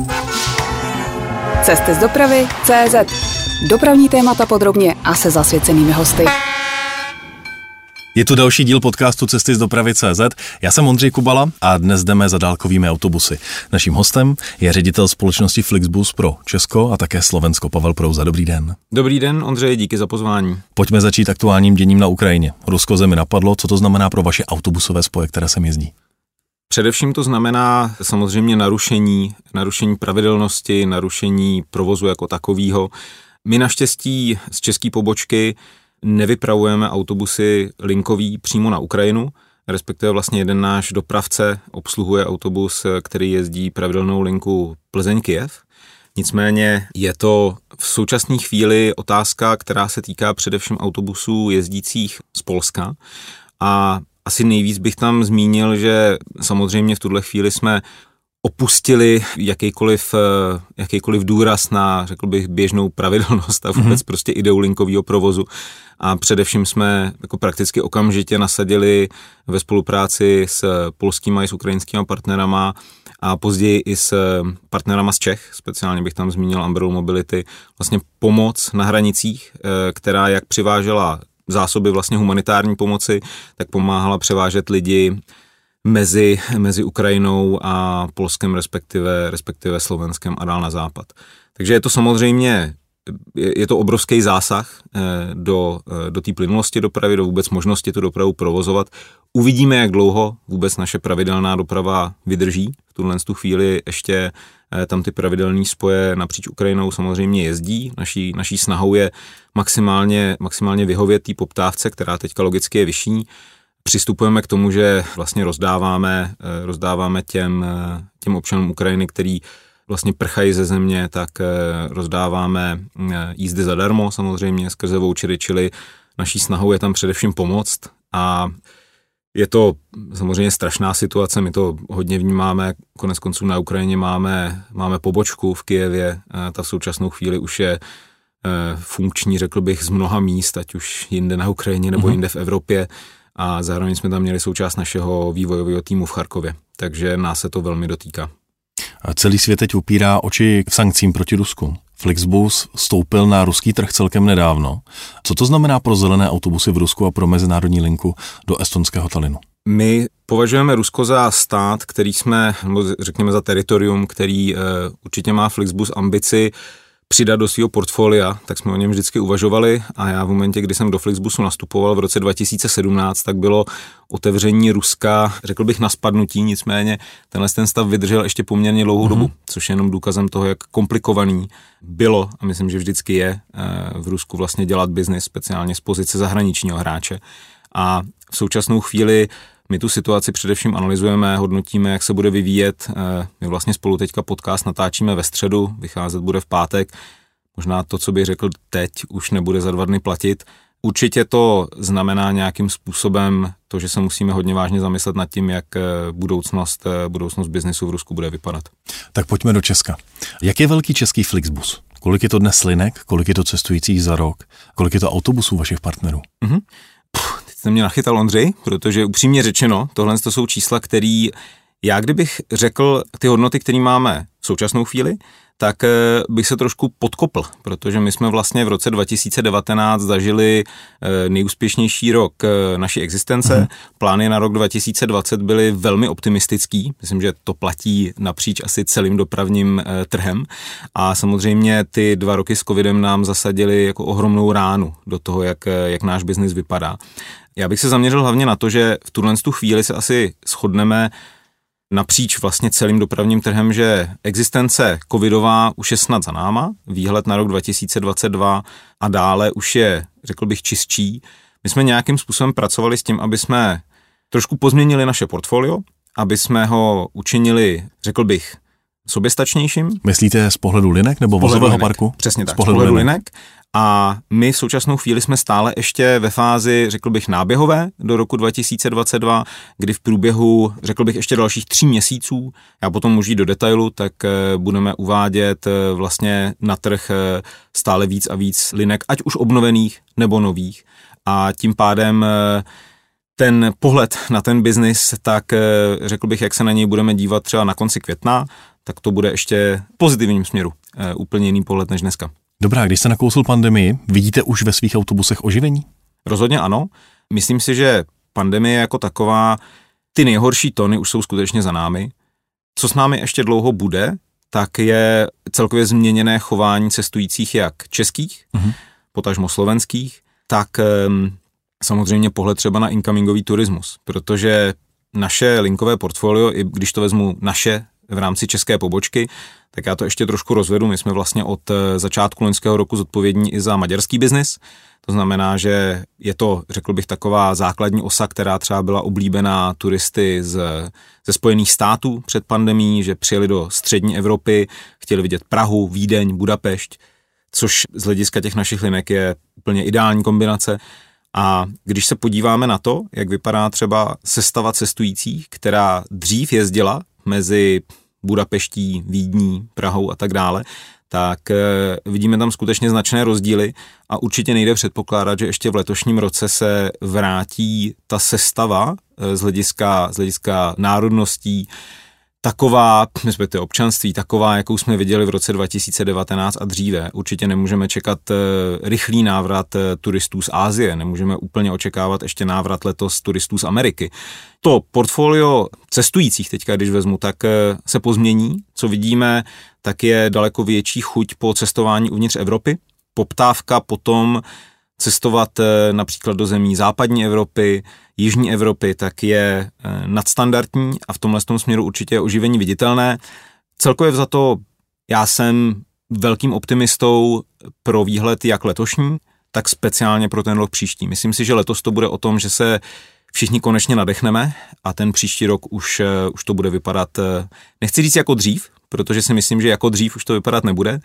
Cesty z dopravy CZ. Dopravní témata podrobně a se zasvěcenými hosty. Je tu další díl podcastu Cesty z dopravy CZ. Já jsem Ondřej Kubala a dnes jdeme za dálkovými autobusy. Naším hostem je ředitel společnosti Flixbus pro Česko a také Slovensko Pavel Prouza. Dobrý den. Dobrý den, Ondřej, díky za pozvání. Pojďme začít aktuálním děním na Ukrajině. Rusko zemi napadlo, co to znamená pro vaše autobusové spoje, které sem jezdí? Především to znamená samozřejmě narušení pravidelnosti, narušení provozu jako takového. My naštěstí z české pobočky nevypravujeme autobusy linkový přímo na Ukrajinu, respektive vlastně jeden náš dopravce obsluhuje autobus, který jezdí pravidelnou linku Plzeň-Kyjev. Nicméně je to v současné chvíli otázka, která se týká především autobusů jezdících z Polska. A asi nejvíc bych tam zmínil, že samozřejmě v tuhle chvíli jsme opustili jakýkoliv důraz na, řekl bych, běžnou pravidelnost a vůbec prostě ideu linkového provozu. A především jsme jako prakticky okamžitě nasadili ve spolupráci s polskýma i s ukrajinskýma partnerama a později i s partnerama z Čech, speciálně bych tam zmínil Umbrella Mobility, vlastně pomoc na hranicích, která jak přivážela zásoby vlastně humanitární pomoci, tak pomáhala převážet lidi mezi Ukrajinou a Polskem, respektive Slovenskem a dál na západ. Takže je to samozřejmě obrovský zásah do té plynulosti dopravy, do vůbec možnosti tu dopravu provozovat. Uvidíme, jak dlouho vůbec naše pravidelná doprava vydrží. V tuhle chvíli ještě tam ty pravidelné spoje napříč Ukrajinou samozřejmě jezdí. Naší snahou je maximálně vyhovět té poptávce, která teďka logicky je vyšší. Přistupujeme k tomu, že vlastně rozdáváme těm občanům Ukrajiny, který vlastně prchají ze země, tak rozdáváme jízdy zadarmo samozřejmě skrze vouchery, čili naší snahou je tam především pomoct a je to samozřejmě strašná situace, my to hodně vnímáme, konec konců na Ukrajině máme pobočku v Kyjevě, ta v současnou chvíli už je funkční, řekl bych, z mnoha míst, ať už jinde na Ukrajině nebo jinde v Evropě, a zároveň jsme tam měli součást našeho vývojového týmu v Charkově, takže nás se to velmi dotýká. A celý svět teď upírá oči k sankcím proti Rusku. Flixbus vstoupil na ruský trh celkem nedávno. Co to znamená pro zelené autobusy v Rusku a pro mezinárodní linku do estonského Tallinnu? My považujeme Rusko za stát, řekněme za teritorium, který určitě má Flixbus ambici přidat do svého portfolia, tak jsme o něm vždycky uvažovali a já v momentě, kdy jsem do Flixbusu nastupoval v roce 2017, tak bylo otevření Ruska, řekl bych, na spadnutí, nicméně ten stav vydržel ještě poměrně dlouhou dobu, což je jenom důkazem toho, jak komplikovaný bylo a myslím, že vždycky je v Rusku vlastně dělat biznis, speciálně z pozice zahraničního hráče. A v současnou chvíli my tu situaci především analyzujeme, hodnotíme, jak se bude vyvíjet. My vlastně spolu teďka podcast natáčíme ve středu, vycházet bude v pátek. Možná to, co bych řekl teď, už nebude za 2 dny platit. Určitě to znamená nějakým způsobem to, že se musíme hodně vážně zamyslet nad tím, jak budoucnost biznesu v Rusku bude vypadat. Tak pojďme do Česka. Jak je velký český Flixbus? Kolik je to dnes linek? Kolik je to cestujících za rok? Kolik je to autobusů vašich partnerů? Teď jste mě nachytal, Ondřej, protože upřímně řečeno, tohle jsou čísla, který já kdybych řekl ty hodnoty, které máme v současnou chvíli, tak bych se trošku podkopl, protože my jsme vlastně v roce 2019 zažili nejúspěšnější rok naší existence. Plány na rok 2020 byly velmi optimistický, myslím, že to platí napříč asi celým dopravním trhem a samozřejmě ty 2 roky s covidem nám zasadili jako ohromnou ránu do toho, jak náš biznis vypadá. Já bych se zaměřil hlavně na to, že v tuhle chvíli se asi shodneme napříč vlastně celým dopravním trhem, že existence covidová už je snad za náma, výhled na rok 2022 a dále už je, řekl bych, čistší. My jsme nějakým způsobem pracovali s tím, aby jsme trošku pozměnili naše portfolio, aby jsme ho učinili, řekl bych, soběstačnějším. Myslíte z pohledu linek nebo vozového parku? Přesně tak, z pohledu linek. A my v současnou chvíli jsme stále ještě ve fázi, řekl bych, náběhové do roku 2022, kdy v průběhu, řekl bych, ještě dalších 3 měsíců, já potom můžu jít do detailu, tak budeme uvádět vlastně na trh stále víc a víc linek, ať už obnovených nebo nových. A tím pádem ten pohled na ten biznis, tak řekl bych, jak se na něj budeme dívat třeba na konci května, tak to bude ještě v pozitivním směru úplně jiný pohled než dneska. Dobrá, když jste nakousl pandemii, vidíte už ve svých autobusech oživení? Rozhodně ano. Myslím si, že pandemie jako taková, ty nejhorší tony už jsou skutečně za námi. Co s námi ještě dlouho bude, tak je celkově změněné chování cestujících jak českých, potažmo slovenských, tak samozřejmě pohled třeba na incomingový turismus, protože naše linkové portfolio, i když to vezmu naše v rámci české pobočky, tak já to ještě trošku rozvedu. My jsme vlastně od začátku loňského roku zodpovědní i za maďarský biznis. To znamená, že je to, řekl bych, taková základní osa, která třeba byla oblíbená turisty ze Spojených států před pandemií, že přijeli do střední Evropy, chtěli vidět Prahu, Vídeň, Budapešť, což z hlediska těch našich linek je úplně ideální kombinace. A když se podíváme na to, jak vypadá třeba sestava cestujících, která dřív jezdila mezi Budapeští, Vídní, Prahou a tak dále, tak vidíme tam skutečně značné rozdíly a určitě nejde předpokládat, že ještě v letošním roce se vrátí ta sestava z hlediska národností taková, respektive občanství, taková, jakou jsme viděli v roce 2019 a dříve. Určitě nemůžeme čekat rychlý návrat turistů z Asie, nemůžeme úplně očekávat ještě návrat letos turistů z Ameriky. To portfolio cestujících teďka, když vezmu, tak se pozmění. Co vidíme, tak je daleko větší chuť po cestování uvnitř Evropy. Poptávka potom cestovat například do zemí západní Evropy, jižní Evropy, tak je nadstandardní a v tomhle směru určitě je oživení viditelné. Celkově vzato já jsem velkým optimistou pro výhled jak letošní, tak speciálně pro ten rok příští. Myslím si, že letos to bude o tom, že se všichni konečně nadechneme a ten příští rok už to bude vypadat, nechci říct jako dřív, protože si myslím, že jako dřív už to vypadat nebude,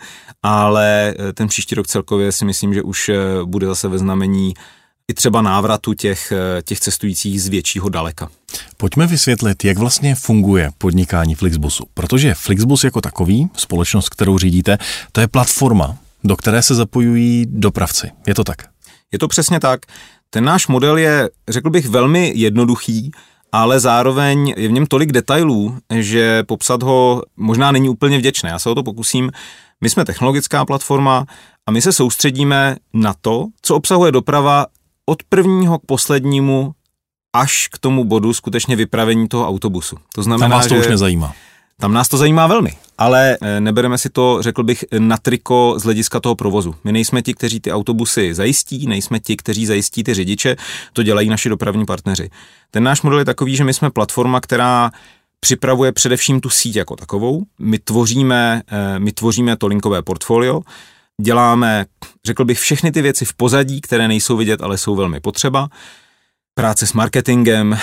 ale ten příští rok celkově si myslím, že už bude zase ve znamení i třeba návratu těch cestujících z většího daleka. Pojďme vysvětlit, jak vlastně funguje podnikání Flixbusu, protože Flixbus jako takový, společnost, kterou řídíte, to je platforma, do které se zapojují dopravci. Je to tak? Je to přesně tak. Ten náš model je, řekl bych, velmi jednoduchý, ale zároveň je v něm tolik detailů, že popsat ho možná není úplně vděčné. Já se o to pokusím. My jsme technologická platforma a my se soustředíme na to, co obsahuje doprava od prvního k poslednímu až k tomu bodu skutečně vypravení toho autobusu. To znamená, tam vás to už nezajímá. Tam nás to zajímá velmi, ale nebereme si to, řekl bych, na triko z hlediska toho provozu. My nejsme ti, kteří ty autobusy zajistí, nejsme ti, kteří zajistí ty řidiče, to dělají naši dopravní partneři. Ten náš model je takový, že my jsme platforma, která připravuje především tu síť jako takovou. My tvoříme to linkové portfolio, děláme, řekl bych, všechny ty věci v pozadí, které nejsou vidět, ale jsou velmi potřeba. Práce s marketingem,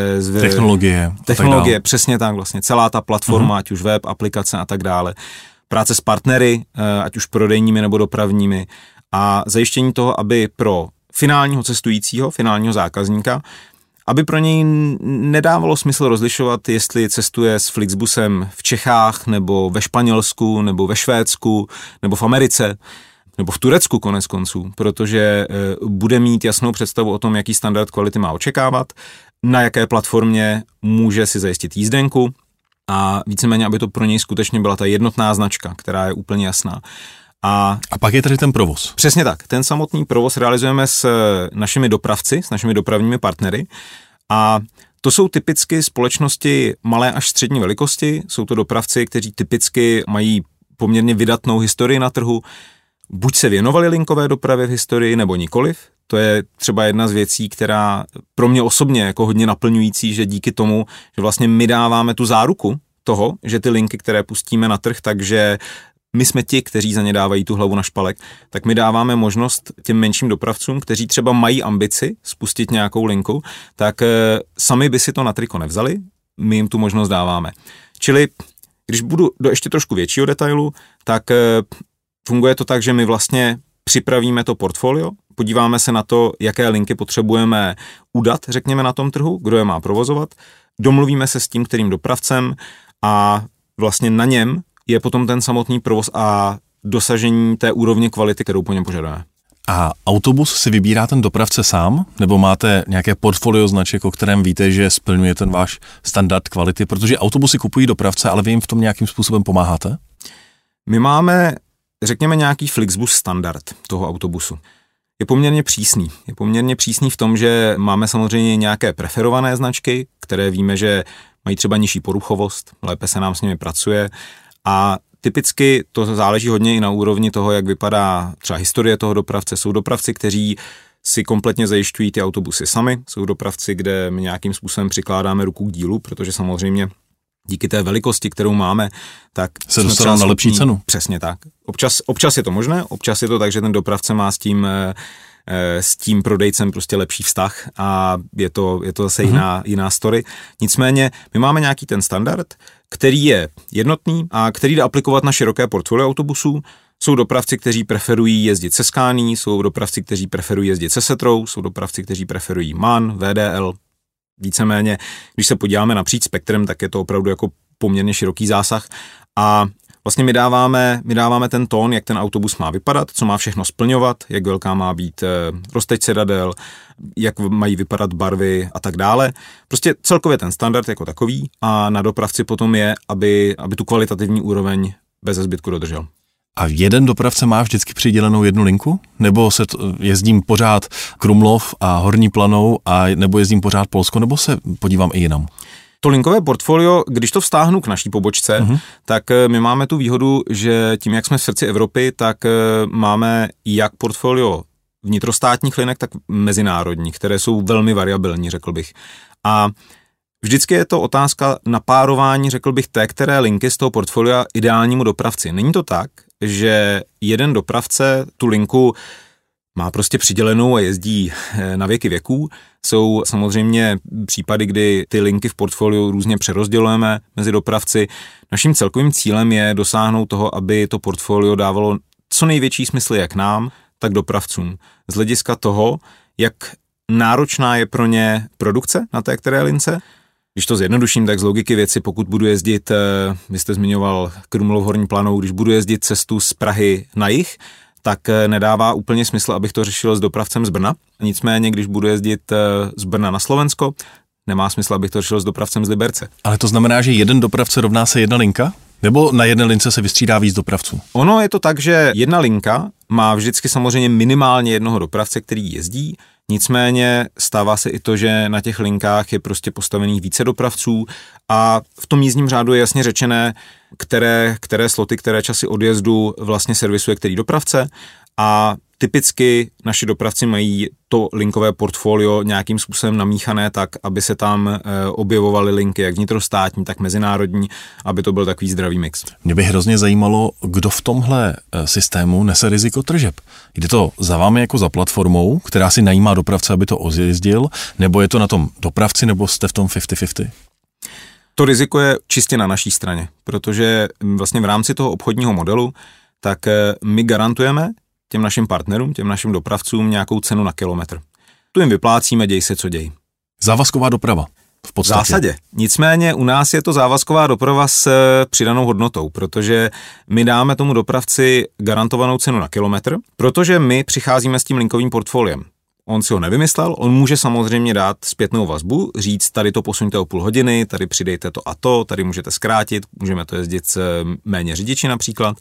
technologie, přesně tak, vlastně celá ta platforma, ať už web, aplikace a tak dále. Práce s partnery, ať už prodejními nebo dopravními a zajištění toho, aby pro finálního cestujícího, finálního zákazníka, aby pro něj nedávalo smysl rozlišovat, jestli cestuje s Flixbusem v Čechách, nebo ve Španělsku, nebo ve Švédsku, nebo v Americe, nebo v Turecku konec konců, protože bude mít jasnou představu o tom, jaký standard kvality má očekávat, na jaké platformě může si zajistit jízdenku a víceméně, aby to pro něj skutečně byla ta jednotná značka, která je úplně jasná. A pak je tady ten provoz. Přesně tak. Ten samotný provoz realizujeme s našimi dopravci, s našimi dopravními partnery a to jsou typicky společnosti malé až střední velikosti, jsou to dopravci, kteří typicky mají poměrně vydatnou historii na trhu, buď se věnovali linkové dopravě v historii, nebo nikoliv. To je třeba jedna z věcí, která pro mě osobně jako hodně naplňující, že díky tomu, že vlastně my dáváme tu záruku toho, že ty linky, které pustíme na trh, takže my jsme ti, kteří za ně dávají tu hlavu na špalek, tak my dáváme možnost těm menším dopravcům, kteří třeba mají ambici spustit nějakou linku, tak sami by si to na triko nevzali, my jim tu možnost dáváme. Čili, když budu do ještě trošku většího detailu, tak funguje to tak, že my vlastně připravíme to portfolio, podíváme se na to, jaké linky potřebujeme udat, řekněme, na tom trhu, kdo je má provozovat, domluvíme se s tím, kterým dopravcem a vlastně na něm je potom ten samotný provoz a dosažení té úrovně kvality, kterou po něm požadujeme. A autobus si vybírá ten dopravce sám, nebo máte nějaké portfolio značek, o kterém víte, že splňuje ten váš standard kvality, protože autobusy kupují dopravce, ale vy jim v tom nějakým způsobem pomáháte? My máme, řekněme, nějaký Flixbus standard toho autobusu. Je poměrně přísný. Je poměrně přísný v tom, že máme samozřejmě nějaké preferované značky, které víme, že mají třeba nižší poruchovost, lépe se nám s nimi pracuje a typicky to záleží hodně i na úrovni toho, jak vypadá třeba historie toho dopravce. Jsou dopravci, kteří si kompletně zajišťují ty autobusy sami, jsou dopravci, kde my nějakým způsobem přikládáme ruku k dílu, protože samozřejmě díky té velikosti, kterou máme, tak se dostanou na lepší cenu. Přesně tak. Občas je to možné, občas je to tak, že ten dopravce má s tím prodejcem prostě lepší vztah a je to zase jiná story. Nicméně my máme nějaký ten standard, který je jednotný a který jde aplikovat na široké portfolio autobusů. Jsou dopravci, kteří preferují jezdit se Scanií, jsou dopravci, kteří preferují jezdit se Setrou, jsou dopravci, kteří preferují MAN, VDL. Víceméně, když se podíváme napříč spektrem, tak je to opravdu jako poměrně široký zásah a vlastně my dáváme ten tón, jak ten autobus má vypadat, co má všechno splňovat, jak velká má být rozteď sedadel, jak mají vypadat barvy a tak dále. Prostě celkově ten standard jako takový a na dopravci potom je, aby tu kvalitativní úroveň bez zbytku dodržel. A jeden dopravce má vždycky přidělenou jednu linku? Nebo se jezdím pořád Krumlov a Horní Planou, nebo jezdím pořád Polsko, nebo se podívám i jinam? To linkové portfolio, když to vztáhnu k naší pobočce, tak my máme tu výhodu, že tím, jak jsme v srdci Evropy, tak máme jak portfolio vnitrostátních linek, tak mezinárodních, které jsou velmi variabilní, řekl bych. A vždycky je to otázka napárování, řekl bych, té, které linky z toho portfolia ideálnímu dopravci. Není to tak, že jeden dopravce tu linku má prostě přidělenou a jezdí na věky věků. Jsou samozřejmě případy, kdy ty linky v portfoliu různě přerozdělujeme mezi dopravci. Naším celkovým cílem je dosáhnout toho, aby to portfolio dávalo co největší smysl jak nám, tak dopravcům. Z hlediska toho, jak náročná je pro ně produkce na té které lince. Když to zjednoduším, tak z logiky věci, pokud budu jezdit, vy jste zmiňoval Krumlov Horní Planou, když budu jezdit cestu z Prahy na jih, tak nedává úplně smysl, abych to řešil s dopravcem z Brna. Nicméně, když budu jezdit z Brna na Slovensko, nemá smysl, abych to řešil s dopravcem z Liberce. Ale to znamená, že jeden dopravce rovná se jedna linka? Nebo na jedné lince se vystřídá víc dopravců? Ono je to tak, že jedna linka má vždycky samozřejmě minimálně jednoho dopravce, který jezdí, nicméně stává se i to, že na těch linkách je prostě postavených více dopravců a v tom jízdním řádu je jasně řečené, které sloty, které časy odjezdu vlastně servisuje který dopravce a typicky naši dopravci mají to linkové portfolio nějakým způsobem namíchané tak, aby se tam objevovaly linky jak vnitrostátní, tak mezinárodní, aby to byl takový zdravý mix. Mě by hrozně zajímalo, kdo v tomhle systému nese riziko tržeb. Jde to za vámi jako za platformou, která si najímá dopravce, aby to odjezdil, nebo je to na tom dopravci, nebo jste v tom 50-50? To riziko je čistě na naší straně, protože vlastně v rámci toho obchodního modelu tak my garantujeme těm našim partnerům, těm našim dopravcům nějakou cenu na kilometr. Tu jim vyplácíme, děj se, co děj. Závazková doprava. V podstatě. V zásadě. Nicméně u nás je to závazková doprava s přidanou hodnotou, protože my dáme tomu dopravci garantovanou cenu na kilometr, protože my přicházíme s tím linkovým portfoliem. On si ho nevymyslel, on může samozřejmě dát zpětnou vazbu, říct, tady to posuňte o půl hodiny, tady přidejte to a to, tady můžete zkrátit, můžeme to jezdit s méně řidiči například.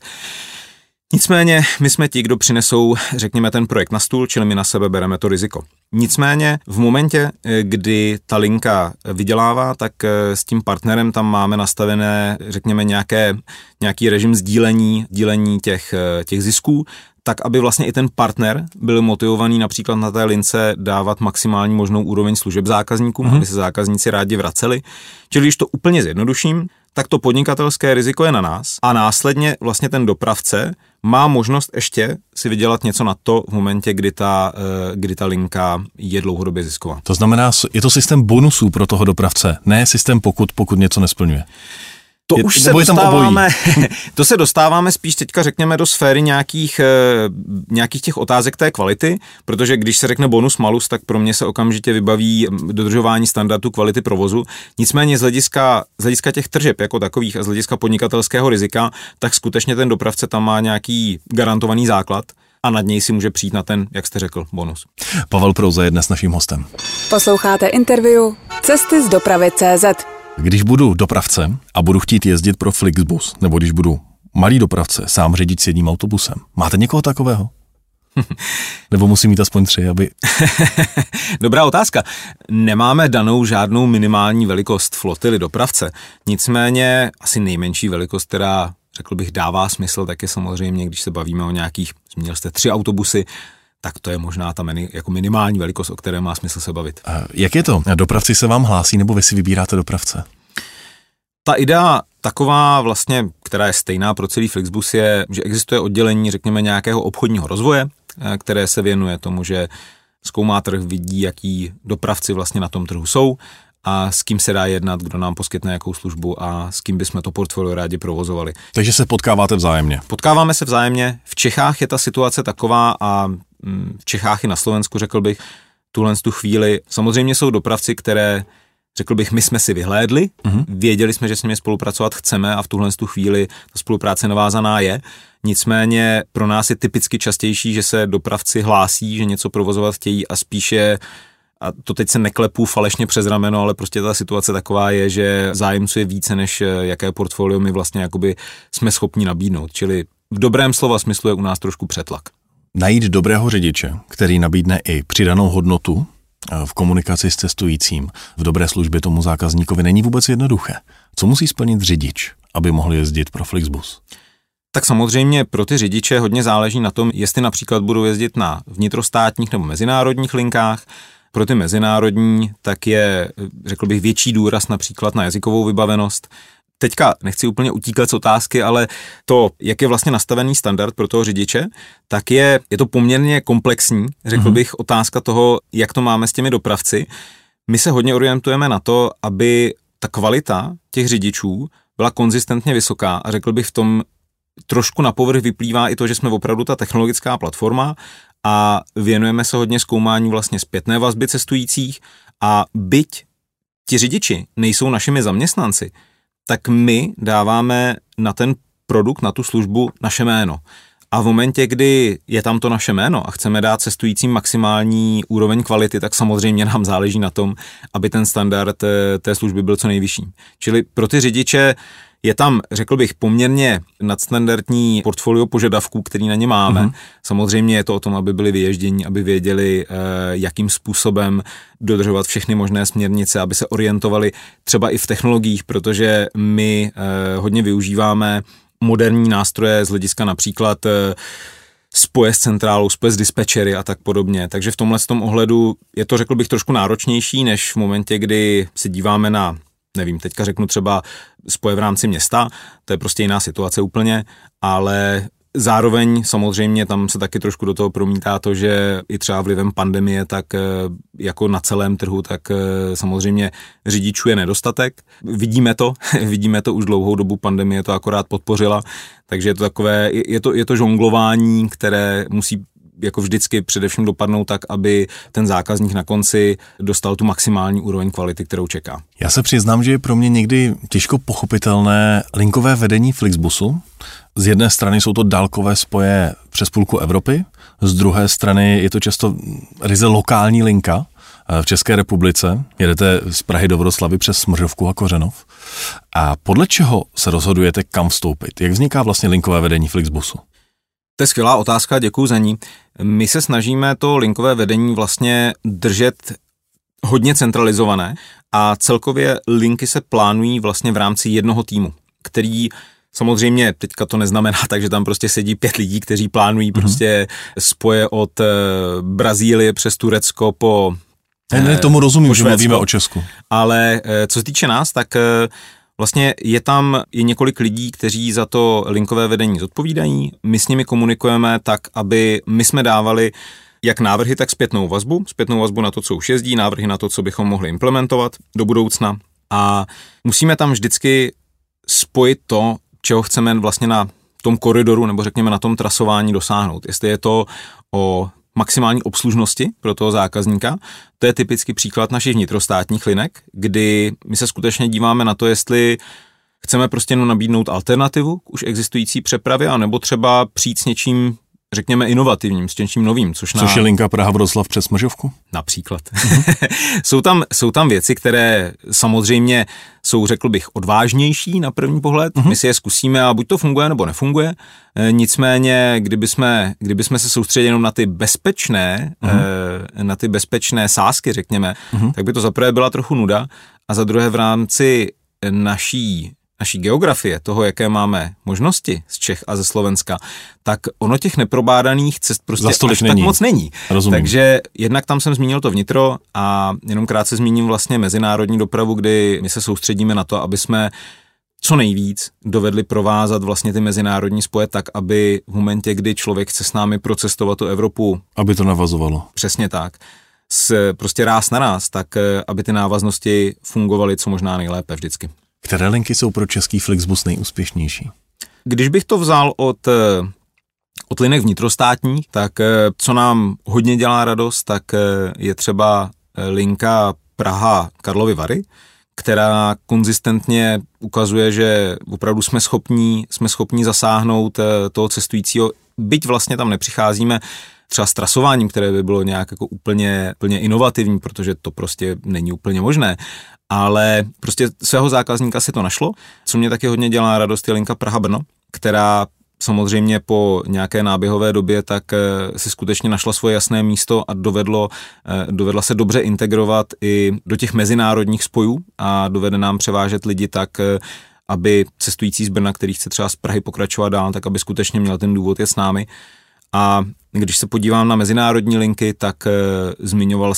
Nicméně my jsme ti, kdo přinesou, řekněme, ten projekt na stůl, čili my na sebe bereme to riziko. Nicméně v momentě, kdy ta linka vydělává, tak s tím partnerem tam máme nastavené, řekněme, nějaký režim sdílení těch zisků, tak aby vlastně i ten partner byl motivovaný například na té lince dávat maximální možnou úroveň služeb zákazníkům, aby se zákazníci rádi vraceli. Čili když to úplně zjednoduším, tak to podnikatelské riziko je na nás a následně vlastně ten dopravce má možnost ještě si vydělat něco na to v momentě, kdy ta linka je dlouhodobě zisková. To znamená, je to systém bonusů pro toho dopravce, ne systém pokud něco nesplňuje. To se dostáváme spíš teďka, řekněme, do sféry nějakých těch otázek té kvality, protože když se řekne bonus malus, tak pro mě se okamžitě vybaví dodržování standardu kvality provozu. Nicméně z hlediska těch tržeb jako takových a z hlediska podnikatelského rizika, tak skutečně ten dopravce tam má nějaký garantovaný základ a nad něj si může přijít na ten, jak jste řekl, bonus. Pavel Prouza je dnes naším hostem. Posloucháte interview Cesty z dopravy.cz. Když budu dopravce a budu chtít jezdit pro Flixbus, nebo když budu malý dopravce, sám řidič s jedním autobusem, máte někoho takového? Nebo musí mít aspoň 3, aby... Dobrá otázka. Nemáme danou žádnou minimální velikost flotily dopravce. Nicméně asi nejmenší velikost, která, řekl bych, dává smysl, tak je samozřejmě, když se bavíme o nějakých, zmínil jste 3 autobusy, tak to je možná ta jako minimální velikost, o které má smysl se bavit. A jak je to? Dopravci se vám hlásí, nebo vy si vybíráte dopravce? Ta idea taková vlastně, která je stejná pro celý Flixbus, je, že existuje oddělení, řekněme, nějakého obchodního rozvoje, které se věnuje tomu, že zkoumá trh, vidí, jaký dopravci vlastně na tom trhu jsou a s kým se dá jednat, kdo nám poskytne jakou službu a s kým bychom to portfolio rádi provozovali. Takže se potkáváte vzájemně? Potkáváme se vzájemně. V Čechách je ta situace taková a v Čechách i na Slovensku, řekl bych, tu chvíli. Samozřejmě jsou dopravci, které, řekl bych, my jsme si vyhlédli, věděli jsme, že s nimi spolupracovat chceme a v tuhle chvíli ta spolupráce navázaná je. Nicméně pro nás je typicky častější, že se dopravci hlásí, že něco provozovat chtějí a spíše, a to teď se neklepu falešně přes rameno, ale prostě ta situace taková je, že zájemců je více, než jaké portfolio my vlastně jakoby jsme schopni nabídnout. Čili v dobrém slova smyslu je u nás trošku přetlak. Najít dobrého řidiče, který nabídne i přidanou hodnotu v komunikaci s cestujícím, v dobré službě tomu zákazníkovi, není vůbec jednoduché. Co musí splnit řidič, aby mohl jezdit pro Flixbus? Tak samozřejmě pro ty řidiče hodně záleží na tom, jestli například budou jezdit na vnitrostátních nebo mezinárodních linkách. Pro ty mezinárodní tak je, řekl bych, větší důraz například na jazykovou vybavenost. Teďka nechci úplně utíkat z otázky, ale to, jak je vlastně nastavený standard pro toho řidiče, tak je to poměrně komplexní, řekl bych, otázka toho, jak to máme s těmi dopravci. My se hodně orientujeme na to, aby ta kvalita těch řidičů byla konzistentně vysoká a řekl bych v tom trošku na povrch vyplývá i to, že jsme opravdu ta technologická platforma a věnujeme se hodně zkoumání vlastně zpětné vazby cestujících a byť ti řidiči nejsou našimi zaměstnanci, tak my dáváme na ten produkt, na tu službu naše jméno. A v momentě, kdy je tam to naše jméno a chceme dát cestujícím maximální úroveň kvality, tak samozřejmě nám záleží na tom, aby ten standard té služby byl co nejvyšší. Čili pro ty řidiče je tam, řekl bych, poměrně nadstandardní portfolio požadavků, který na ně máme. Samozřejmě je to o tom, aby byli vyježdění, aby věděli, jakým způsobem dodržovat všechny možné směrnice, aby se orientovali třeba i v technologiích, protože my hodně využíváme moderní nástroje z hlediska například spoje s centrálou, spoje s dispečery a tak podobně. Takže v tomhle ohledu je to, řekl bych, trošku náročnější, než v momentě, kdy se díváme na, nevím, teďka řeknu třeba spoje v rámci města, to je prostě jiná situace úplně, ale zároveň samozřejmě tam se taky trošku do toho promítá to, že i třeba vlivem pandemie, tak jako na celém trhu, tak samozřejmě řidičů je nedostatek. Vidíme to už dlouhou dobu, pandemie to akorát podpořila, takže je to takové, je to žonglování, které musí jako vždycky především dopadnout tak, aby ten zákazník na konci dostal tu maximální úroveň kvality, kterou čeká. Já se přiznám, že je pro mě někdy těžko pochopitelné linkové vedení Flixbusu. Z jedné strany jsou to dálkové spoje přes půlku Evropy, z druhé strany je to často ryze lokální linka v České republice. Jedete z Prahy do Vroclavy přes Smržovku a Kořenov. A podle čeho se rozhodujete, kam vstoupit? Jak vzniká vlastně linkové vedení Flixbusu? To je skvělá otázka, děkuji za ní. My se snažíme to linkové vedení vlastně držet hodně centralizované a celkově linky se plánují vlastně v rámci jednoho týmu, který samozřejmě teďka to neznamená tak, že tam prostě sedí 5 lidí, kteří plánují prostě spoje od Brazílie přes Turecko po Ne, tomu rozumím, že mluvíme o Česku. Ale co se týče nás, tak vlastně je tam i několik lidí, kteří za to linkové vedení zodpovídají. My s nimi komunikujeme tak, aby my jsme dávali jak návrhy, tak zpětnou vazbu na to, co už jezdí, návrhy na to, co bychom mohli implementovat do budoucna. A musíme tam vždycky spojit to, čeho chceme vlastně na tom koridoru nebo řekněme na tom trasování dosáhnout. Jestli je to o maximální obslužnosti pro toho zákazníka, to je typický příklad našich vnitrostátních linek, kdy my se skutečně díváme na to, jestli chceme prostě nabídnout alternativu k už existující přepravě, anebo třeba přijít s něčím řekněme, inovativním, s něčím novým. Což je linka Praha-Wroclav přes Smržovku? Například. jsou tam věci, které samozřejmě jsou, řekl bych, odvážnější na první pohled. My si je zkusíme a buď to funguje, nebo nefunguje. Nicméně, kdybychom se soustředili jenom na ty bezpečné sázky, řekněme, tak by to za prvé byla trochu nuda a za druhé v rámci naší geografie, toho, jaké máme možnosti z Čech a ze Slovenska, tak ono těch neprobádaných cest prostě až tak moc není. Rozumím. Takže jednak tam jsem zmínil to vnitro a jenom krátce zmíním vlastně mezinárodní dopravu, kdy my se soustředíme na to, aby jsme co nejvíc dovedli provázat vlastně ty mezinárodní spoje tak, aby v momentě, kdy člověk chce s námi procestovat tu Evropu, aby to navazovalo. Přesně tak. Prostě ráz na ráz, tak aby ty návaznosti fungovaly co možná nejlépe vždycky. Které linky jsou pro český Flixbus nejúspěšnější? Když bych to vzal od linek vnitrostátních, tak co nám hodně dělá radost, tak je třeba linka Praha-Karlovy Vary, která konzistentně ukazuje, že opravdu jsme schopní zasáhnout toho cestujícího, byť vlastně tam nepřicházíme třeba s trasováním, které by bylo nějak jako úplně inovativní, protože to prostě není úplně možné, ale prostě svého zákazníka si to našlo. Co mě taky hodně dělá radost je linka Praha-Brno, která samozřejmě po nějaké náběhové době tak si skutečně našla svoje jasné místo a dovedla se dobře integrovat i do těch mezinárodních spojů a dovede nám převážet lidi tak, aby cestující z Brna, který chce třeba z Prahy pokračovat dál, tak aby skutečně měl ten důvod je s námi. A když se podívám na mezinárodní linky, tak zmiňoval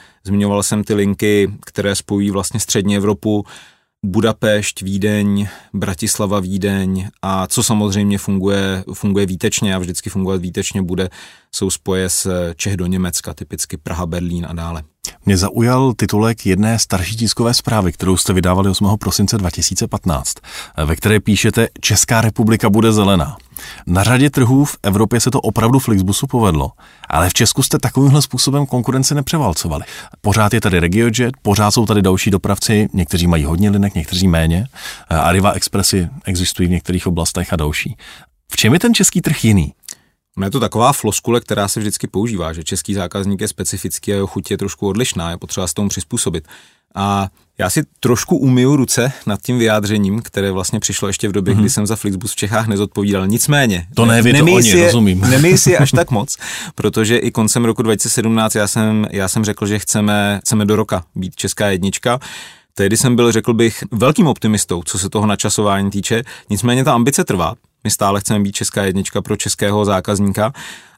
jsem ty linky, které spojují vlastně střední Evropu, Budapešť, Vídeň, Bratislava, Vídeň a co samozřejmě funguje výtečně a vždycky fungovat výtečně bude, jsou spoje z Čech do Německa, typicky Praha, Berlín a dále. Mě zaujal titulek jedné starší tiskové zprávy, kterou jste vydávali 8. prosince 2015, ve které píšete Česká republika bude zelená. Na řadě trhů v Evropě se to opravdu Flixbusu povedlo, ale v Česku jste takovýmhle způsobem konkurenci nepřeválcovali. Pořád je tady RegioJet, pořád jsou tady další dopravci, někteří mají hodně linek, někteří méně. Arriva Expressy existují v některých oblastech a další. V čem je ten český trh jiný? Je to taková floskule, která se vždycky používá, že český zákazník je specifický a jeho chuť je trošku odlišná, je potřeba se tomu přizpůsobit. A já si trošku umyju ruce nad tím vyjádřením, které vlastně přišlo ještě v době, kdy jsem za Flixbus v Čechách nezodpovídal. Nicméně, rozumím. Nemyj si až tak moc, protože i koncem roku 2017 já jsem řekl, že chceme do roka být česká jednička. Tehdy jsem byl, řekl bych, velkým optimistou, co se toho načasování týče. Nicméně ta ambice trvá. My stále chceme být česká jednička pro českého zákazníka.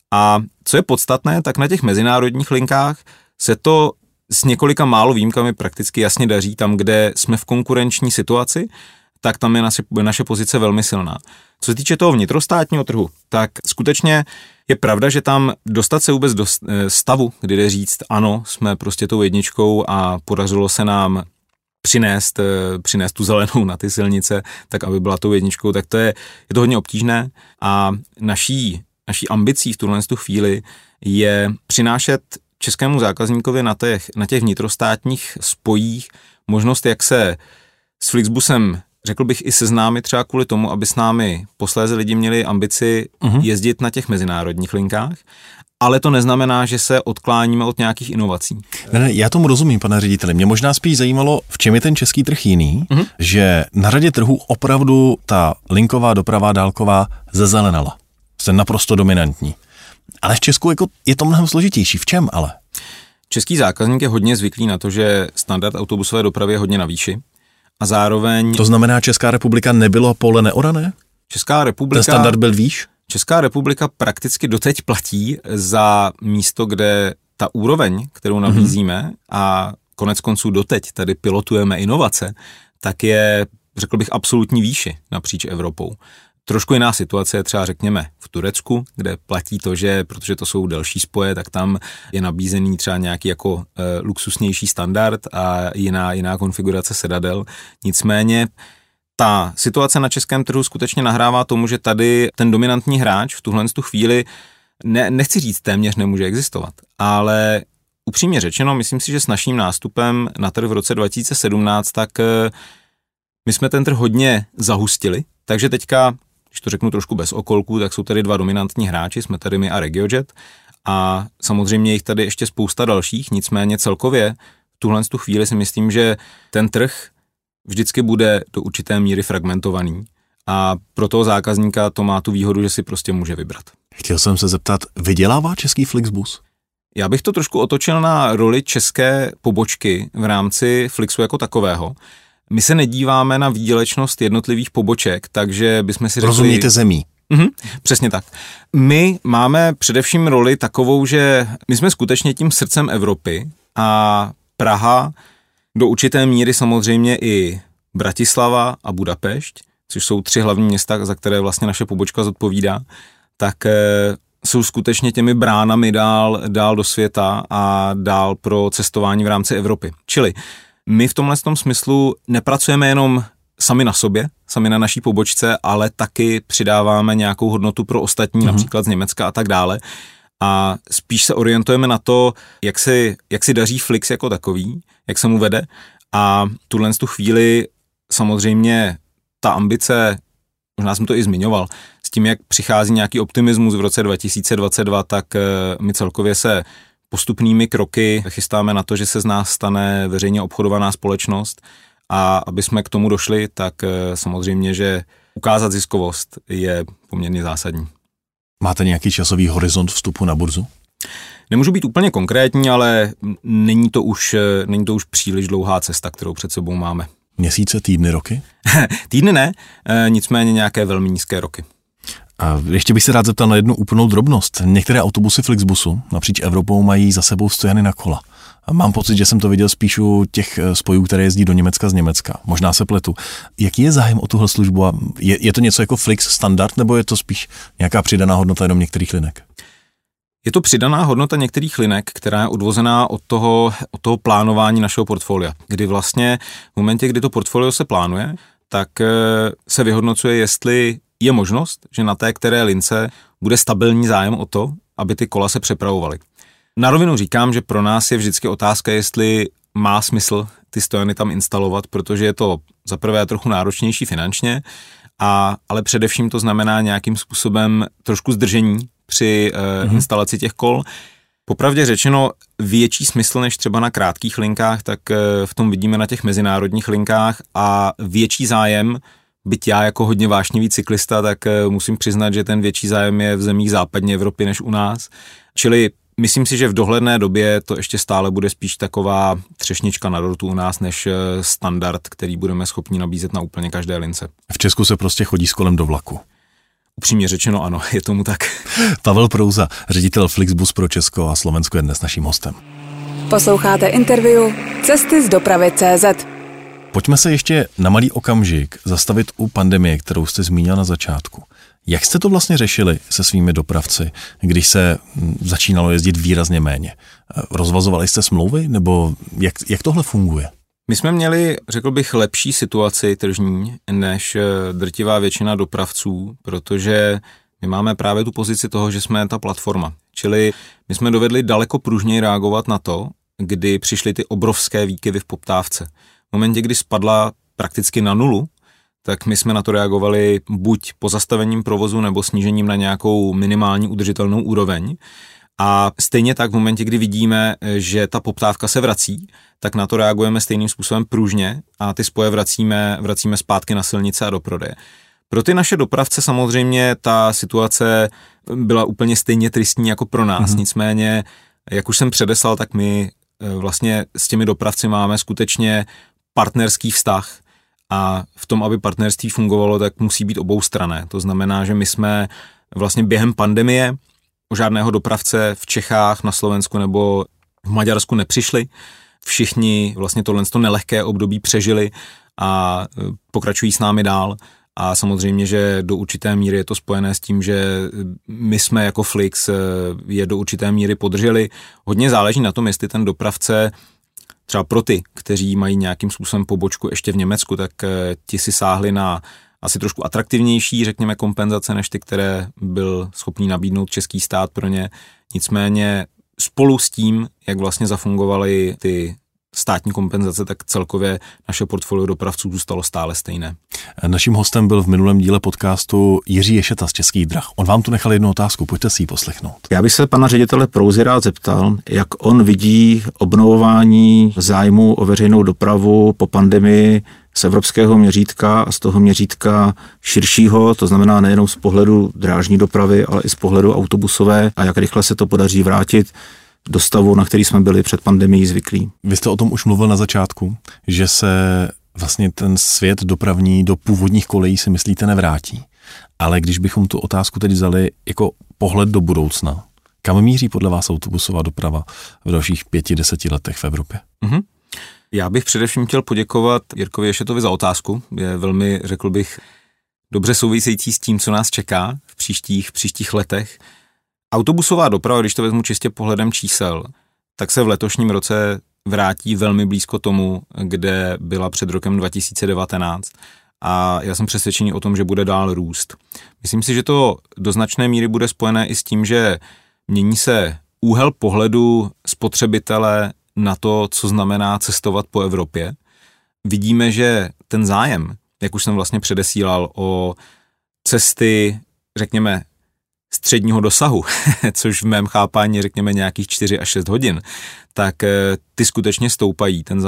A co je podstatné, tak na těch mezinárodních linkách se to s několika málo výjimkami prakticky jasně daří. Tam, kde jsme v konkurenční situaci, tak tam je naše pozice velmi silná. Co se týče toho vnitrostátního trhu, tak skutečně je pravda, že tam dostat se vůbec do stavu, kdy jde říct, ano, jsme prostě tou jedničkou a podařilo se nám přinést tu zelenou na ty silnice, tak aby byla tou jedničkou, tak je to hodně obtížné a naší ambicí v tuhle chvíli je přinášet českému zákazníkovi na těch vnitrostátních spojích možnost, jak se s Flixbusem, řekl bych, i seznámit třeba kvůli tomu, aby s námi posléze lidi měli ambici jezdit na těch mezinárodních linkách, ale to neznamená, že se odkláníme od nějakých inovací. Ne, já tomu rozumím, pane řediteli. Mě možná spíš zajímalo, v čem je ten český trh jiný, že na řadě trhů opravdu ta linková doprava dálková zezelenala. Jste naprosto dominantní. Ale v Česku je to mnohem složitější. V čem ale? Český zákazník je hodně zvyklý na to, že standard autobusové dopravy je hodně na výši. A zároveň... To znamená, Česká republika nebylo pole neorané? Ten standard byl výš? Česká republika prakticky doteď platí za místo, kde ta úroveň, kterou nabízíme a konec konců doteď tady pilotujeme inovace, tak je, řekl bych, absolutní výši napříč Evropou. Trošku jiná situace je třeba, řekněme, v Turecku, kde platí to, že protože to jsou delší spoje, tak tam je nabízený třeba nějaký jako luxusnější standard a jiná konfigurace sedadel. Nicméně ta situace na českém trhu skutečně nahrává tomu, že tady ten dominantní hráč v tuhle chvíli, nechci říct téměř nemůže existovat, ale upřímně řečeno, myslím si, že s naším nástupem na trh v roce 2017, tak my jsme ten trh hodně zahustili, takže teďka Když to řeknu trošku bez okolků, tak jsou tady dva dominantní hráči, jsme tady my a RegioJet a samozřejmě jich tady ještě spousta dalších, nicméně celkově v tuhle chvíli si myslím, že ten trh vždycky bude do určité míry fragmentovaný a pro toho zákazníka to má tu výhodu, že si prostě může vybrat. Chtěl jsem se zeptat, vydělává český Flixbus? Já bych to trošku otočil na roli české pobočky v rámci Flixu jako takového. My se nedíváme na výdělečnost jednotlivých poboček, takže bychom si řekli... Rozumíte zemí. Přesně tak. My máme především roli takovou, že my jsme skutečně tím srdcem Evropy a Praha, do určité míry samozřejmě i Bratislava a Budapešť, což jsou 3 hlavní města, za které vlastně naše pobočka zodpovídá, tak jsou skutečně těmi bránami dál do světa a dál pro cestování v rámci Evropy. Čili my v tomhle smyslu nepracujeme jenom sami na sobě, sami na naší pobočce, ale taky přidáváme nějakou hodnotu pro ostatní, například z Německa a tak dále. A spíš se orientujeme na to, jak si daří Flix jako takový, jak se mu vede. A tuhle chvíli samozřejmě ta ambice, možná jsem to i zmiňoval, s tím, jak přichází nějaký optimismus v roce 2022, tak my celkově se postupnými kroky chystáme na to, že se z nás stane veřejně obchodovaná společnost a aby jsme k tomu došli, tak samozřejmě, že ukázat ziskovost je poměrně zásadní. Máte nějaký časový horizont vstupu na burzu? Nemůžu být úplně konkrétní, ale není to už příliš dlouhá cesta, kterou před sebou máme. Měsíce, týdny, roky? Týdny ne, nicméně nějaké velmi nízké roky. A ještě bych se rád zeptal na jednu úplnou drobnost. Některé autobusy Flixbusu napříč Evropou mají za sebou stojany na kola. A mám pocit, že jsem to viděl spíš u těch spojů, které jezdí do Německa z Německa. Možná se pletu. Jaký je zájem o tuhle službu? A je to něco jako Flix standard, nebo je to spíš nějaká přidaná hodnota jenom některých linek? Je to přidaná hodnota některých linek, která je odvozená od toho plánování našeho portfolia, kdy vlastně v momentě, kdy to portfolio se plánuje, tak se vyhodnocuje, jestli je možnost, že na té které lince bude stabilní zájem o to, aby ty kola se přepravovaly. Na rovinu říkám, že pro nás je vždycky otázka, jestli má smysl ty stojany tam instalovat, protože je to za prvé trochu náročnější finančně, ale především to znamená nějakým způsobem trošku zdržení při instalaci těch kol. Popravdě řečeno, větší smysl než třeba na krátkých linkách, tak v tom vidíme na těch mezinárodních linkách a větší zájem, byť já jako hodně vášnivý cyklista, tak musím přiznat, že ten větší zájem je v zemích západní Evropy než u nás. Čili myslím si, že v dohledné době to ještě stále bude spíš taková třešnička na dortu u nás, než standard, který budeme schopni nabízet na úplně každé lince. V Česku se prostě chodí s kolem do vlaku. Upřímně řečeno ano, je tomu tak. Pavel Prouza, ředitel Flixbus pro Česko a Slovensko, je dnes naším hostem. Posloucháte interview Cesty z dopravy.cz. Pojďme se ještě na malý okamžik zastavit u pandemie, kterou jste zmínil na začátku. Jak jste to vlastně řešili se svými dopravci, když se začínalo jezdit výrazně méně? Rozvazovali jste smlouvy, nebo jak tohle funguje? My jsme měli, řekl bych, lepší situaci tržní než drtivá většina dopravců, protože my máme právě tu pozici toho, že jsme ta platforma. Čili my jsme dovedli daleko pružněji reagovat na to, kdy přišly ty obrovské výkyvy v poptávce. V momentě, kdy spadla prakticky na nulu, tak my jsme na to reagovali buď pozastavením provozu nebo snížením na nějakou minimální udržitelnou úroveň. A stejně tak v momentě, kdy vidíme, že ta poptávka se vrací, tak na to reagujeme stejným způsobem pružně a ty spoje vracíme zpátky na silnice a do prodeje. Pro ty naše dopravce samozřejmě ta situace byla úplně stejně tristní jako pro nás. Nicméně, jak už jsem předeslal, tak my vlastně s těmi dopravci máme skutečně partnerský vztah a v tom, aby partnerství fungovalo, tak musí být oboustranné. To znamená, že my jsme vlastně během pandemie o žádného dopravce v Čechách, na Slovensku nebo v Maďarsku nepřišli. Všichni vlastně tohle nelehké období přežili a pokračují s námi dál. A samozřejmě, že do určité míry je to spojené s tím, že my jsme jako Flix je do určité míry podrželi. Hodně záleží na tom, jestli ten dopravce, třeba pro ty, kteří mají nějakým způsobem pobočku ještě v Německu, tak ti si sáhli na asi trošku atraktivnější, řekněme, kompenzace, než ty, které byl schopný nabídnout český stát pro ně. Nicméně spolu s tím, jak vlastně zafungovaly ty státní kompenzace, tak celkově naše portfolio dopravců zůstalo stále stejné. Naším hostem byl v minulém díle podcastu Jiří Ješeta z Českých drah. On vám tu nechal jednu otázku, pojďte si ji poslechnout. Já bych se pana ředitele Prouzy rád zeptal, jak on vidí obnovování zájmu o veřejnou dopravu po pandemii z evropského měřítka a z toho měřítka širšího, to znamená nejenom z pohledu drážní dopravy, ale i z pohledu autobusové, a jak rychle se to podaří vrátit do stavu, na který jsme byli před pandemií zvyklí. Vy jste o tom už mluvil na začátku, že se vlastně ten svět dopravní do původních kolejí si myslíte nevrátí. Ale když bychom tu otázku teď vzali jako pohled do budoucna, kam míří podle vás autobusová doprava v dalších 5-10 letech v Evropě? Mm-hmm. Já bych především chtěl poděkovat Jirkovi Ješetovi za otázku. Je velmi, řekl bych, dobře související s tím, co nás čeká v příštích letech. Autobusová doprava, když to vezmu čistě pohledem čísel, tak se v letošním roce vrátí velmi blízko tomu, kde byla před rokem 2019. A já jsem přesvědčený o tom, že bude dál růst. Myslím si, že to do značné míry bude spojené i s tím, že mění se úhel pohledu spotřebitele na to, co znamená cestovat po Evropě. Vidíme, že ten zájem, jak už jsem vlastně předesílal, o cesty, řekněme, středního dosahu, což v mém chápání řekněme nějakých 4 až 6 hodin, tak ty skutečně stoupají. Ten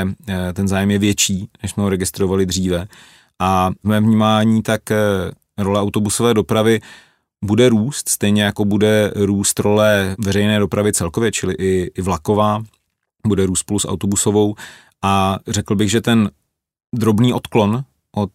zájem je větší, než jsme ho registrovali dříve. A v mém vnímání tak role autobusové dopravy bude růst, stejně jako bude růst role veřejné dopravy celkově, čili i vlaková, bude růst spolu s autobusovou. A řekl bych, že ten drobný odklon od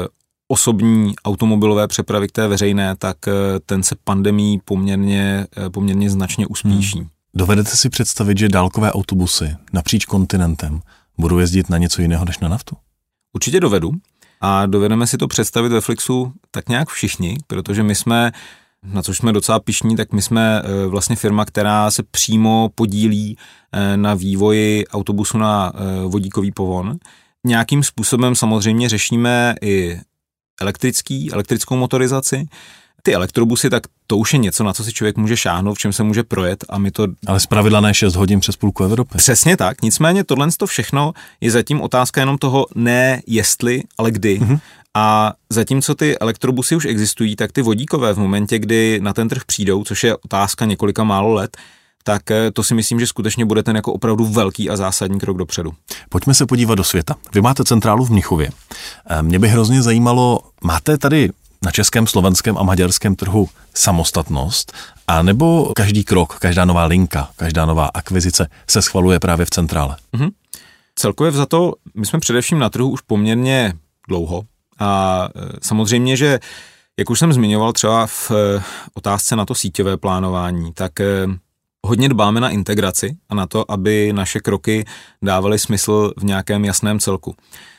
osobní automobilové přepravy k té veřejné, tak ten se pandemií poměrně značně uspíší. Dovedete si představit, že dálkové autobusy napříč kontinentem budou jezdit na něco jiného než na naftu? Určitě dovedu a dovedeme si to představit ve Flixu tak nějak všichni, protože my jsme, na což jsme docela pyšní, tak my jsme vlastně firma, která se přímo podílí na vývoji autobusu na vodíkový pohon. Nějakým způsobem samozřejmě řešíme i elektrickou motorizaci. Ty elektrobusy, tak to už je něco, na co si člověk může šáhnout, v čem se může projet a my to... Ale zpravidla ne 6 hodin přes půlku Evropy. Přesně tak, nicméně tohle všechno je zatím otázka jenom toho ne jestli, ale kdy. Mm-hmm. A zatímco ty elektrobusy už existují, tak ty vodíkové v momentě, kdy na ten trh přijdou, což je otázka několika málo let, tak to si myslím, že skutečně bude ten jako opravdu velký a zásadní krok dopředu. Pojďme se podívat do světa. Vy máte centrálu v Mnichově. Mě by hrozně zajímalo, máte tady na českém, slovenském a maďarském trhu samostatnost, a nebo každý krok, každá nová linka, každá nová akvizice se schvaluje právě v centrále? Mm-hmm. Celkově vzato, my jsme především na trhu už poměrně dlouho a samozřejmě, že jak už jsem zmiňoval třeba v otázce na to síťové plánování, tak hodně dbáme na integraci a na to, aby naše kroky dávaly smysl v nějakém jasném celku.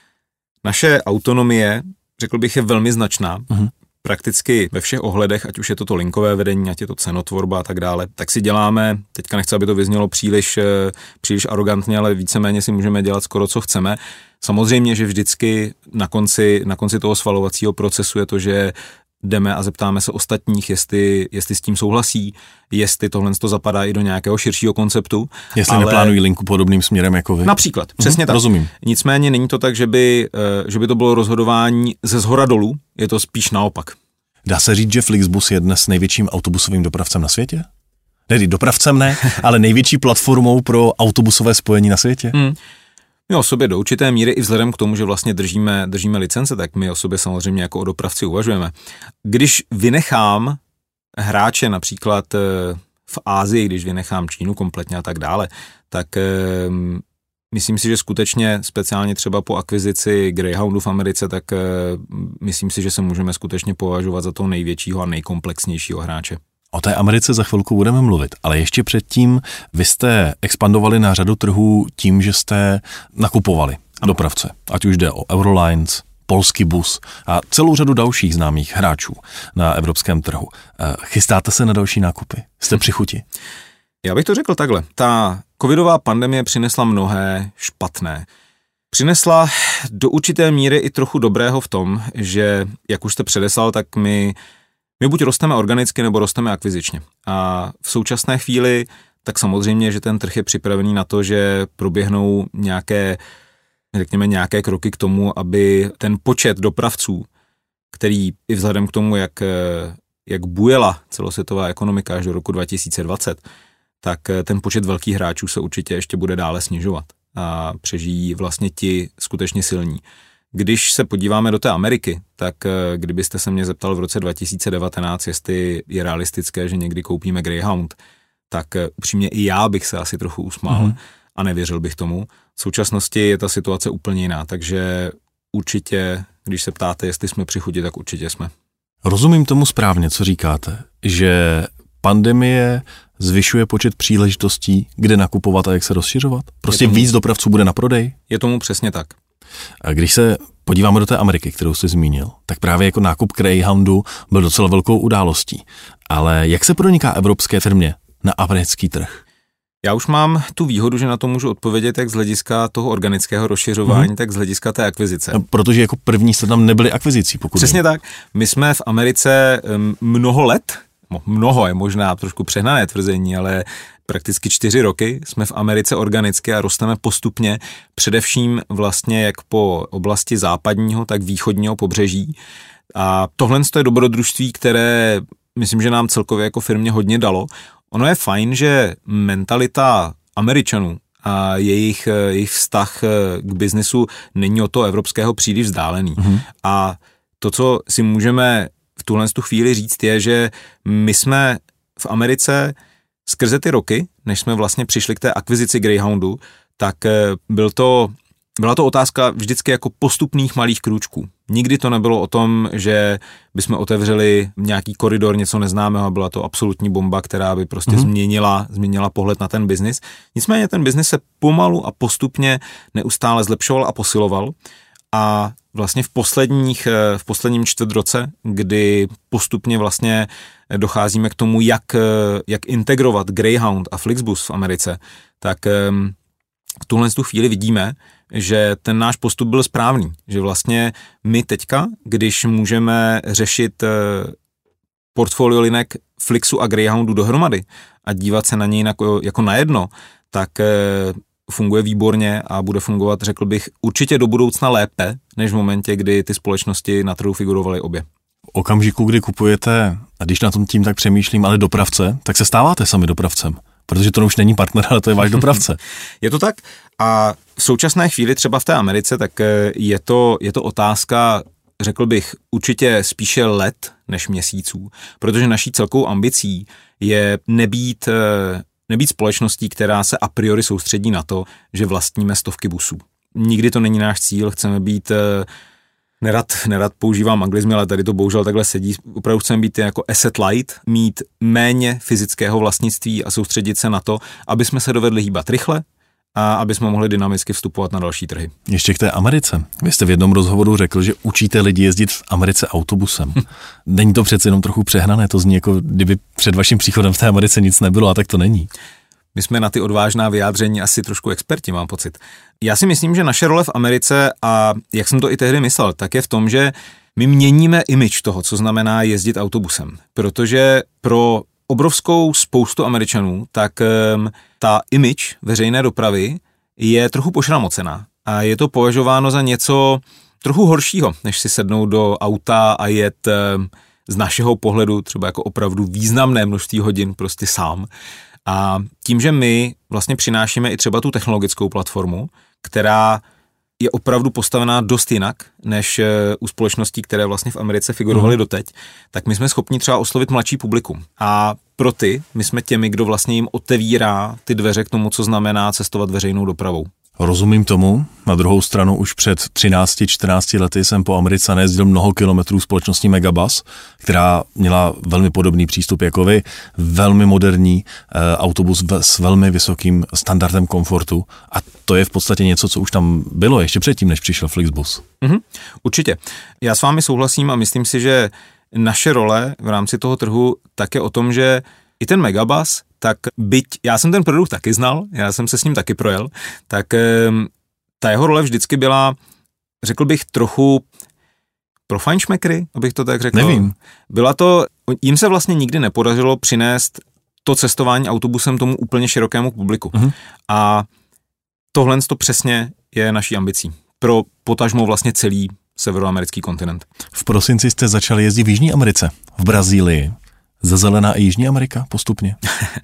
Naše autonomie, řekl bych, je velmi značná. Mm-hmm. Prakticky ve všech ohledech, ať už je to linkové vedení, ať je to cenotvorba a tak dále, tak si děláme, teďka nechci, aby to vyznělo příliš arrogantně, ale víceméně si můžeme dělat skoro, co chceme. Samozřejmě, že vždycky na konci toho schvalovacího procesu je to, že jdeme a zeptáme se ostatních, jestli s tím souhlasí, jestli tohle to zapadá i do nějakého širšího konceptu. Jestli neplánují linku podobným směrem jako vy. Například, přesně tak. Rozumím. Nicméně není to tak, že by to bylo rozhodování ze zhora dolů, je to spíš naopak. Dá se říct, že Flixbus je dnes největším autobusovým dopravcem na světě? Tedy dopravcem ne, ale největší platformou pro autobusové spojení na světě? My o sobě do určité míry i vzhledem k tomu, že vlastně držíme licence, tak my o sobě samozřejmě jako o dopravci uvažujeme. Když vynechám hráče například v Asii, když vynechám Čínu kompletně a tak dále, tak myslím si, že skutečně speciálně třeba po akvizici Greyhoundu v Americe, tak myslím si, že se můžeme skutečně považovat za toho největšího a nejkomplexnějšího hráče. O té Americe za chvilku budeme mluvit, ale ještě předtím vy jste expandovali na řadu trhů tím, že jste nakupovali dopravce, ať už jde o Eurolines, Polský bus a celou řadu dalších známých hráčů na evropském trhu. Chystáte se na další nákupy? Jste při chuti? Já bych to řekl takhle. Ta covidová pandemie přinesla mnohé špatné. Přinesla do určité míry i trochu dobrého v tom, že, jak už jste předeslal, tak my buď rosteme organicky, nebo rosteme akvizičně. A v současné chvíli tak samozřejmě, že ten trh je připravený na to, že proběhnou nějaké kroky k tomu, aby ten počet dopravců, který i vzhledem k tomu, jak bujela celosvětová ekonomika až do roku 2020, tak ten počet velkých hráčů se určitě ještě bude dále snižovat a přežijí vlastně ti skutečně silní. Když se podíváme do té Ameriky, tak kdybyste se mě zeptal v roce 2019, jestli je realistické, že někdy koupíme Greyhound, tak upřímně i já bych se asi trochu usmál a nevěřil bych tomu. V současnosti je ta situace úplně jiná, takže určitě, když se ptáte, jestli jsme při chuti, tak určitě jsme. Rozumím tomu správně, co říkáte, že pandemie zvyšuje počet příležitostí, kde nakupovat a jak se rozšiřovat? Prostě víc dopravců bude na prodej? Je tomu přesně tak. A když se podíváme do té Ameriky, kterou jsi zmínil, tak právě jako nákup Greyhoundu byl docela velkou událostí. Ale jak se proniká evropské firmě na americký trh? Já už mám tu výhodu, že na to můžu odpovědět jak z hlediska toho organického rozšiřování, tak z hlediska té akvizice. Protože jako první jste tam nebyli akvizicí, pokud přesně tak. My jsme v Americe mnoho let, mnoho je možná trošku přehnané tvrzení, ale prakticky 4 roky jsme v Americe organicky a rosteme postupně, především vlastně jak po oblasti západního, tak východního pobřeží. A tohle je dobrodružství, které myslím, že nám celkově jako firmě hodně dalo. Ono je fajn, že mentalita Američanů a jejich vztah k biznesu není od toho evropského příliš vzdálený. A to, co si můžeme v tuhle chvíli říct, je, že my jsme v Americe skrze ty roky, než jsme vlastně přišli k té akvizici Greyhoundu, tak byla to otázka vždycky jako postupných malých krůčků. Nikdy to nebylo o tom, že bychom otevřeli nějaký koridor, něco neznámého, byla to absolutní bomba, která by prostě změnila pohled na ten biznis. Nicméně ten biznis se pomalu a postupně neustále zlepšoval a posiloval a vlastně v posledním čtvrtroce, kdy postupně vlastně docházíme k tomu, jak integrovat Greyhound a Flixbus v Americe, tak v tuhle chvíli vidíme, že ten náš postup byl správný, že vlastně my teďka, když můžeme řešit portfolio linek Flixu a Greyhoundu dohromady a dívat se na něj jako na jedno, tak funguje výborně a bude fungovat, řekl bych, určitě do budoucna lépe, než v momentě, kdy ty společnosti na trhu figurovaly obě. V okamžiku, kdy kupujete, a když na tom tím tak přemýšlím, ale dopravce, tak se stáváte sami dopravcem, protože to už není partner, ale to je váš dopravce. Je to tak a v současné chvíli třeba v té Americe, tak je to otázka, řekl bych, určitě spíše let než měsíců, protože naší celkovou ambicí je nebýt společností, která se a priori soustředí na to, že vlastníme stovky busů. Nikdy to není náš cíl, chceme být, nerad používám anglizmy, ale tady to bohužel takhle sedí, opravdu chceme být jako asset light, mít méně fyzického vlastnictví a soustředit se na to, aby jsme se dovedli hýbat rychle a aby jsme mohli dynamicky vstupovat na další trhy. Ještě k té Americe. Vy jste v jednom rozhovoru řekl, že učíte lidi jezdit v Americe autobusem. Není to přece jenom trochu přehnané? To zní jako kdyby před vaším příchodem v té Americe nic nebylo, a tak to není. My jsme na ty odvážná vyjádření asi trošku experti, mám pocit. Já si myslím, že naše role v Americe, a jak jsem to i tehdy myslel, tak je v tom, že my měníme image toho, co znamená jezdit autobusem. Protože pro obrovskou spoustu Američanů, tak ta image veřejné dopravy je trochu pošramocená. A je to považováno za něco trochu horšího, než si sednout do auta a jet z našeho pohledu třeba jako opravdu významné množství hodin prostě sám. A tím, že my vlastně přinášíme i třeba tu technologickou platformu, která je opravdu postavená dost jinak, než u společností, které vlastně v Americe figurovaly doteď, tak my jsme schopni třeba oslovit mladší publikum. A pro ty, my jsme těmi, kdo vlastně jim otevírá ty dveře k tomu, co znamená cestovat veřejnou dopravou. Rozumím tomu. Na druhou stranu už před 13-14 lety jsem po Americe nejezdil mnoho kilometrů společností Megabus, která měla velmi podobný přístup jako vy, velmi moderní autobus s velmi vysokým standardem komfortu, a to je v podstatě něco, co už tam bylo ještě předtím, než přišel Flixbus. Určitě. Já s vámi souhlasím a myslím si, že naše role v rámci toho trhu tak je o tom, že i ten Megabus, tak byť já jsem ten produkt taky znal, já jsem se s ním taky projel, tak ta jeho role vždycky byla, řekl bych, trochu pro fajnšmekry, abych to tak řekl. Nevím. Jim se vlastně nikdy nepodařilo přinést to cestování autobusem tomu úplně širokému publiku. A tohle to přesně je naší ambicí. Pro potažmo vlastně celý severoamerický kontinent. V prosinci jste začali jezdit v Jižní Americe, v Brazílii. Zazelená i Jižní Amerika postupně?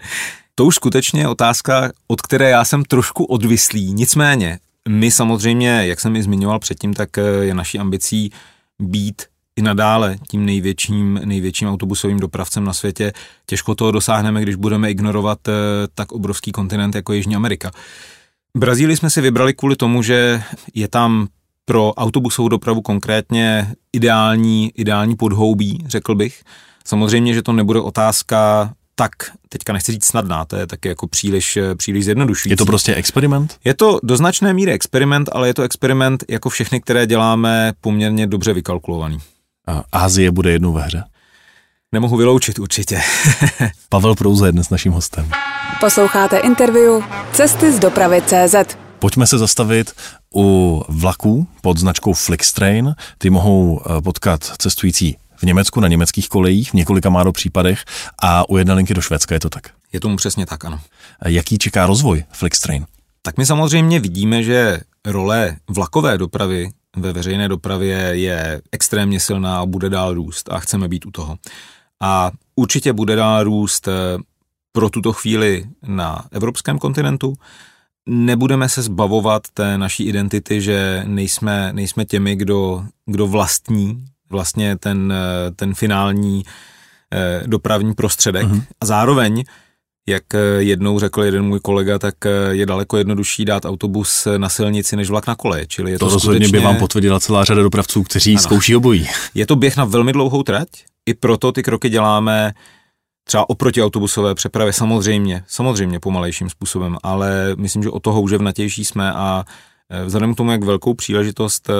To už skutečně je otázka, od které já jsem trošku odvislý. Nicméně, my samozřejmě, jak jsem ji zmiňoval předtím, tak je naší ambicí být i nadále tím největším autobusovým dopravcem na světě. Těžko toho dosáhneme, když budeme ignorovat tak obrovský kontinent jako Jižní Amerika. Brazílii jsme si vybrali kvůli tomu, že je tam pro autobusovou dopravu konkrétně ideální podhoubí, řekl bych. Samozřejmě, že to nebude otázka tak, teďka nechci říct snadná, to je taky jako příliš zjednodušující. Je to prostě experiment? Je to do značné míry experiment, ale je to experiment jako všechny, které děláme, poměrně dobře vykalkulovaný. A Asie bude jednou ve hře? Nemohu vyloučit určitě. Pavel Prouza je dnes naším hostem. Posloucháte interview Cesty z dopravy.cz. Pojďme se zastavit u vlaků pod značkou Flixtrain. Ty mohou potkat cestující v Německu na německých kolejích v několika málo případech a u jedné linky do Švédska, je to tak? Je tomu přesně tak, ano. Jaký čeká rozvoj Flixtrain? Tak my samozřejmě vidíme, že role vlakové dopravy ve veřejné dopravě je extrémně silná a bude dál růst a chceme být u toho. A určitě bude dál růst pro tuto chvíli na evropském kontinentu. Nebudeme se zbavovat té naší identity, že nejsme těmi, kdo vlastní vlastně ten finální dopravní prostředek. A zároveň, jak jednou řekl jeden můj kolega, tak je daleko jednodušší dát autobus na silnici než vlak na koleje. Čili je to rozhodně skutečně... by vám potvrdila celá řada dopravců, kteří zkouší obojí. Je to běh na velmi dlouhou trať, i proto ty kroky děláme třeba oproti autobusové přepravě samozřejmě pomalejším způsobem, ale myslím, že o to houževnatější jsme a vzhledem k tomu, jak velkou příležitost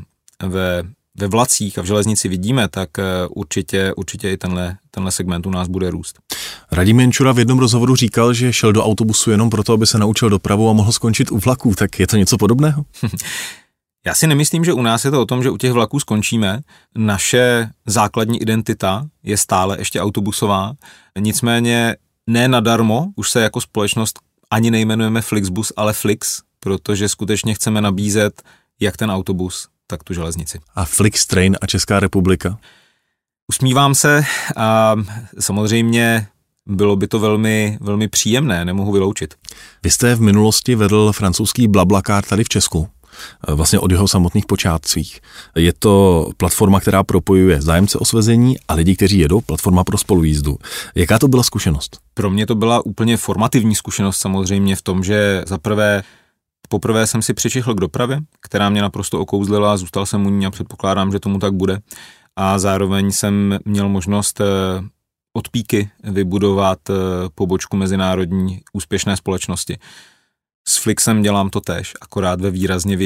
ve vlacích a v železnici vidíme, tak určitě i tenhle segment u nás bude růst. Radim Jančura v jednom rozhovoru říkal, že šel do autobusu jenom proto, aby se naučil dopravu a mohl skončit u vlaků. Tak je to něco podobného? Já si nemyslím, že u nás je to o tom, že u těch vlaků skončíme. Naše základní identita je stále ještě autobusová. Nicméně ne nadarmo, už se jako společnost ani nejmenujeme Flixbus, ale Flix, protože skutečně chceme nabízet jak ten autobus, tak tu železnici. A Flixtrain a Česká republika? Usmívám se a samozřejmě bylo by to velmi, velmi příjemné, nemohu vyloučit. Vy jste v minulosti vedl francouzský BlaBlaCar tady v Česku, vlastně od jeho samotných počátcích. Je to platforma, která propojuje zájemce o svezení a lidi, kteří jedou, platforma pro spolujízdu. Jaká to byla zkušenost? Pro mě to byla úplně formativní zkušenost samozřejmě v tom, že poprvé jsem si přičichl k dopravě, která mě naprosto okouzlila a zůstal jsem u ní a předpokládám, že tomu tak bude. A zároveň jsem měl možnost od píky vybudovat pobočku mezinárodní úspěšné společnosti. S Flixem dělám to též, akorát ve výrazně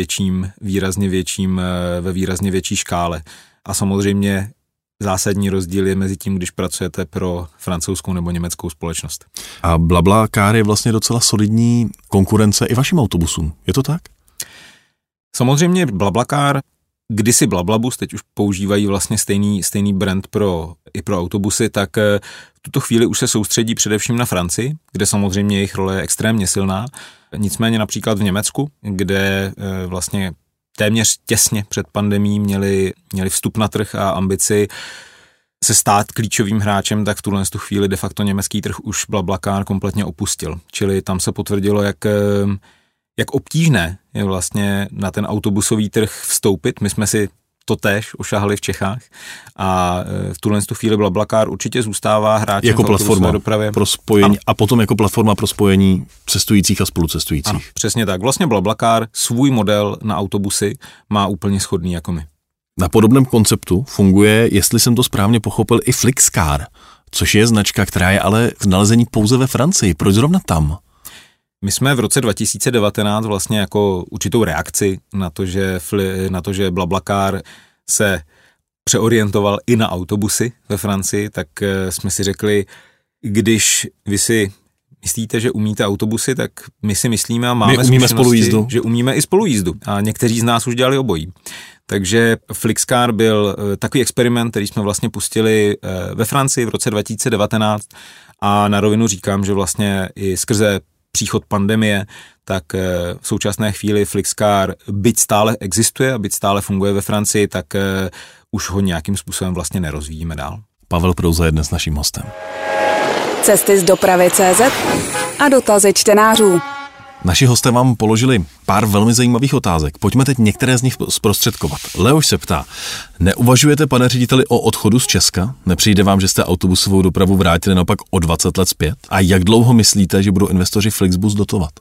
větší škále. A samozřejmě zásadní rozdíl je mezi tím, když pracujete pro francouzskou nebo německou společnost. A BlaBlaCar je vlastně docela solidní konkurence i vašim autobusům, je to tak? Samozřejmě BlaBlaCar, kdysi BlaBlaBus, teď už používají vlastně stejný brand i pro autobusy, tak v tuto chvíli už se soustředí především na Francii, kde samozřejmě jejich role je extrémně silná. Nicméně například v Německu, kde vlastně téměř těsně před pandemií měli vstup na trh a ambici se stát klíčovým hráčem, tak v tuhle chvíli de facto německý trh už BlaBlaCar kompletně opustil. Čili tam se potvrdilo, jak obtížné je vlastně na ten autobusový trh vstoupit. My jsme si to též ošahali v Čechách a v tuhle chvíli BlaBlaCar určitě zůstává hráčem jako v autobusové dopravě. Pro spojení a potom jako platforma pro spojení cestujících a spolucestujících. Ano, přesně tak. Vlastně BlaBlaCar svůj model na autobusy má úplně shodný jako my. Na podobném konceptu funguje, jestli jsem to správně pochopil, i Flixcar, což je značka, která je ale v nalezení pouze ve Francii. Proč zrovna tam? My jsme v roce 2019 vlastně jako určitou reakci na to, že BlaBlaCar se přeorientoval i na autobusy ve Francii, tak jsme si řekli, když vy si myslíte, že umíte autobusy, tak my si myslíme a máme zkušenosti, že umíme i spolujízdu. A někteří z nás už dělali obojí. Takže Flixcar byl takový experiment, který jsme vlastně pustili ve Francii v roce 2019 a na rovinu říkám, že vlastně i skrze příchod pandemie, tak v současné chvíli Flixcar, byť stále existuje a byť stále funguje ve Francii, tak už ho nějakým způsobem vlastně nerozvíjíme dál. Pavel Prouza je dnes naším hostem. Cesty z dopravy.cz a dotazy čtenářů. Naši hosté vám položili pár velmi zajímavých otázek. Pojďme teď některé z nich zprostředkovat. Leoš se ptá, neuvažujete, pane řediteli, o odchodu z Česka? Nepřijde vám, že jste autobusovou dopravu vrátili naopak o 20 let zpět? A jak dlouho myslíte, že budou investoři Flixbus dotovat?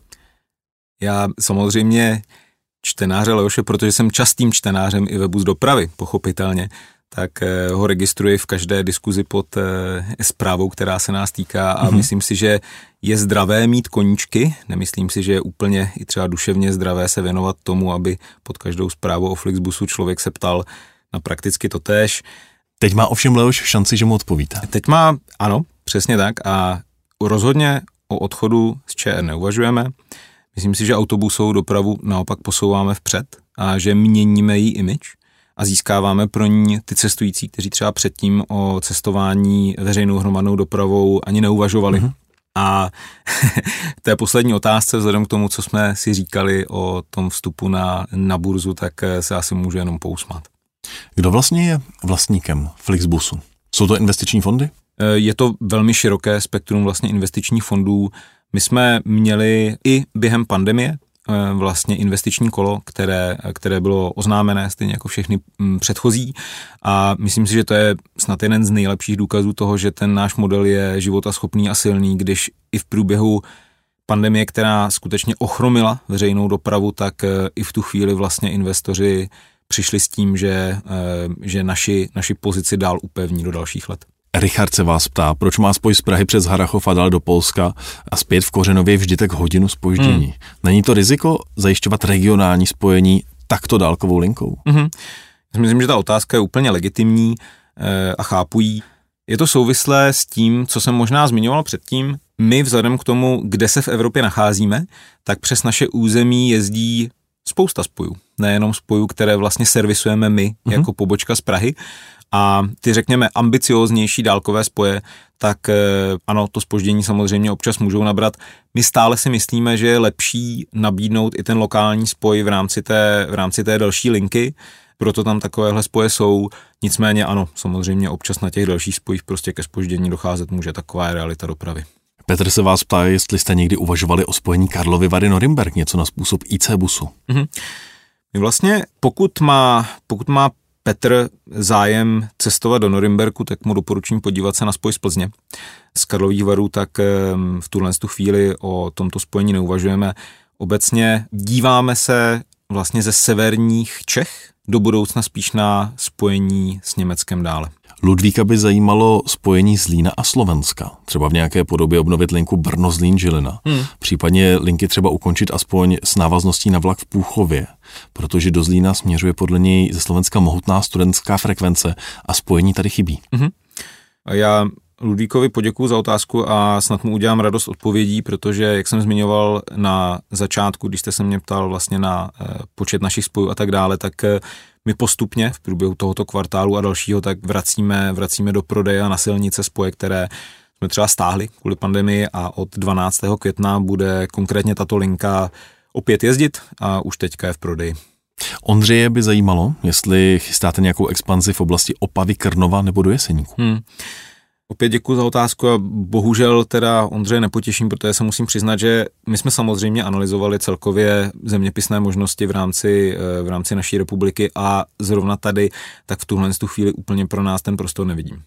Já samozřejmě čtenáře Leoše, protože jsem častým čtenářem i webu z dopravy, pochopitelně, tak ho registruji v každé diskuzi pod zprávou, která se nás týká a myslím si, že je zdravé mít koníčky, nemyslím si, že je úplně i třeba duševně zdravé se věnovat tomu, aby pod každou zprávu o Flixbusu člověk se ptal na prakticky totéž. Teď má ovšem Leoš šanci, že mu odpovíte. Teď má, ano, přesně tak a rozhodně o odchodu z ČR neuvažujeme. Myslím si, že autobusovou dopravu naopak posouváme vpřed a že měníme její image a získáváme pro ní ty cestující, kteří třeba předtím o cestování veřejnou hromadnou dopravou ani neuvažovali. A té poslední otázce, vzhledem k tomu, co jsme si říkali o tom vstupu na burzu, tak se asi můžu jenom pousmát. Kdo vlastně je vlastníkem Flixbusu? Jsou to investiční fondy? Je to velmi široké spektrum vlastně investičních fondů. My jsme měli i během pandemie vlastně investiční kolo, které bylo oznámené stejně jako všechny předchozí a myslím si, že to je snad jeden z nejlepších důkazů toho, že ten náš model je životaschopný a silný, když i v průběhu pandemie, která skutečně ochromila veřejnou dopravu, tak i v tu chvíli vlastně investoři přišli s tím, že naši pozici dál upevní do dalších let. Richard se vás ptá, proč má spoj z Prahy přes Harrachov a dál do Polska a zpět v Kořenově vždy tak hodinu zpoždění. Není to riziko zajišťovat regionální spojení takto dálkovou linkou? Myslím, že ta otázka je úplně legitimní a chápu ji. Je to souvislé s tím, co jsem možná zmiňoval předtím. My vzhledem k tomu, kde se v Evropě nacházíme, tak přes naše území jezdí spousta spojů. Nejenom spojů, které vlastně servisujeme my jako pobočka z Prahy. A ty, řekněme, ambicióznější dálkové spoje, tak ano, to zpoždění samozřejmě občas můžou nabrat. My stále si myslíme, že je lepší nabídnout i ten lokální spoj v rámci té další linky, proto tam takovéhle spoje jsou. Nicméně ano, samozřejmě občas na těch dalších spojích prostě ke zpoždění docházet může, taková je realita dopravy. Petr se vás ptá, jestli jste někdy uvažovali o spojení Karlovy Vary Norimberk, něco na způsob IC busu. My vlastně, pokud má Petr zájem cestovat do Norimberku, tak mu doporučím podívat se na spoj z Plzně. Z Karlových Varů tak v tuhle chvíli o tomto spojení neuvažujeme. Obecně díváme se vlastně ze severních Čech do budoucna spíš na spojení s Německem dále. Ludvíka by zajímalo spojení Zlína a Slovenska. Třeba v nějaké podobě obnovit linku Brno-Zlín-Žilina. Případně linky třeba ukončit aspoň s návazností na vlak v Půchově, protože do Zlína směřuje podle něj ze Slovenska mohutná studentská frekvence a spojení tady chybí. Já Ludvíkovi poděkuju za otázku a snad mu udělám radost odpovědí, protože, jak jsem zmiňoval na začátku, když jste se mě ptal vlastně na počet našich spojů a tak dále, tak my postupně v průběhu tohoto kvartálu a dalšího tak vracíme do prodeje a na silnice spoje, které jsme třeba stáhli kvůli pandemii a od 12. května bude konkrétně tato linka opět jezdit a už teďka je v prodeji. Ondřeje by zajímalo, jestli chystáte nějakou expanzi v oblasti Opavy, Krnova nebo do Jeseníku. Opět děkuji za otázku a bohužel teda Ondřeje nepotěším, protože se musím přiznat, že my jsme samozřejmě analyzovali celkově zeměpisné možnosti v rámci naší republiky a zrovna tady, tak v tuhle chvíli úplně pro nás ten prostor nevidím.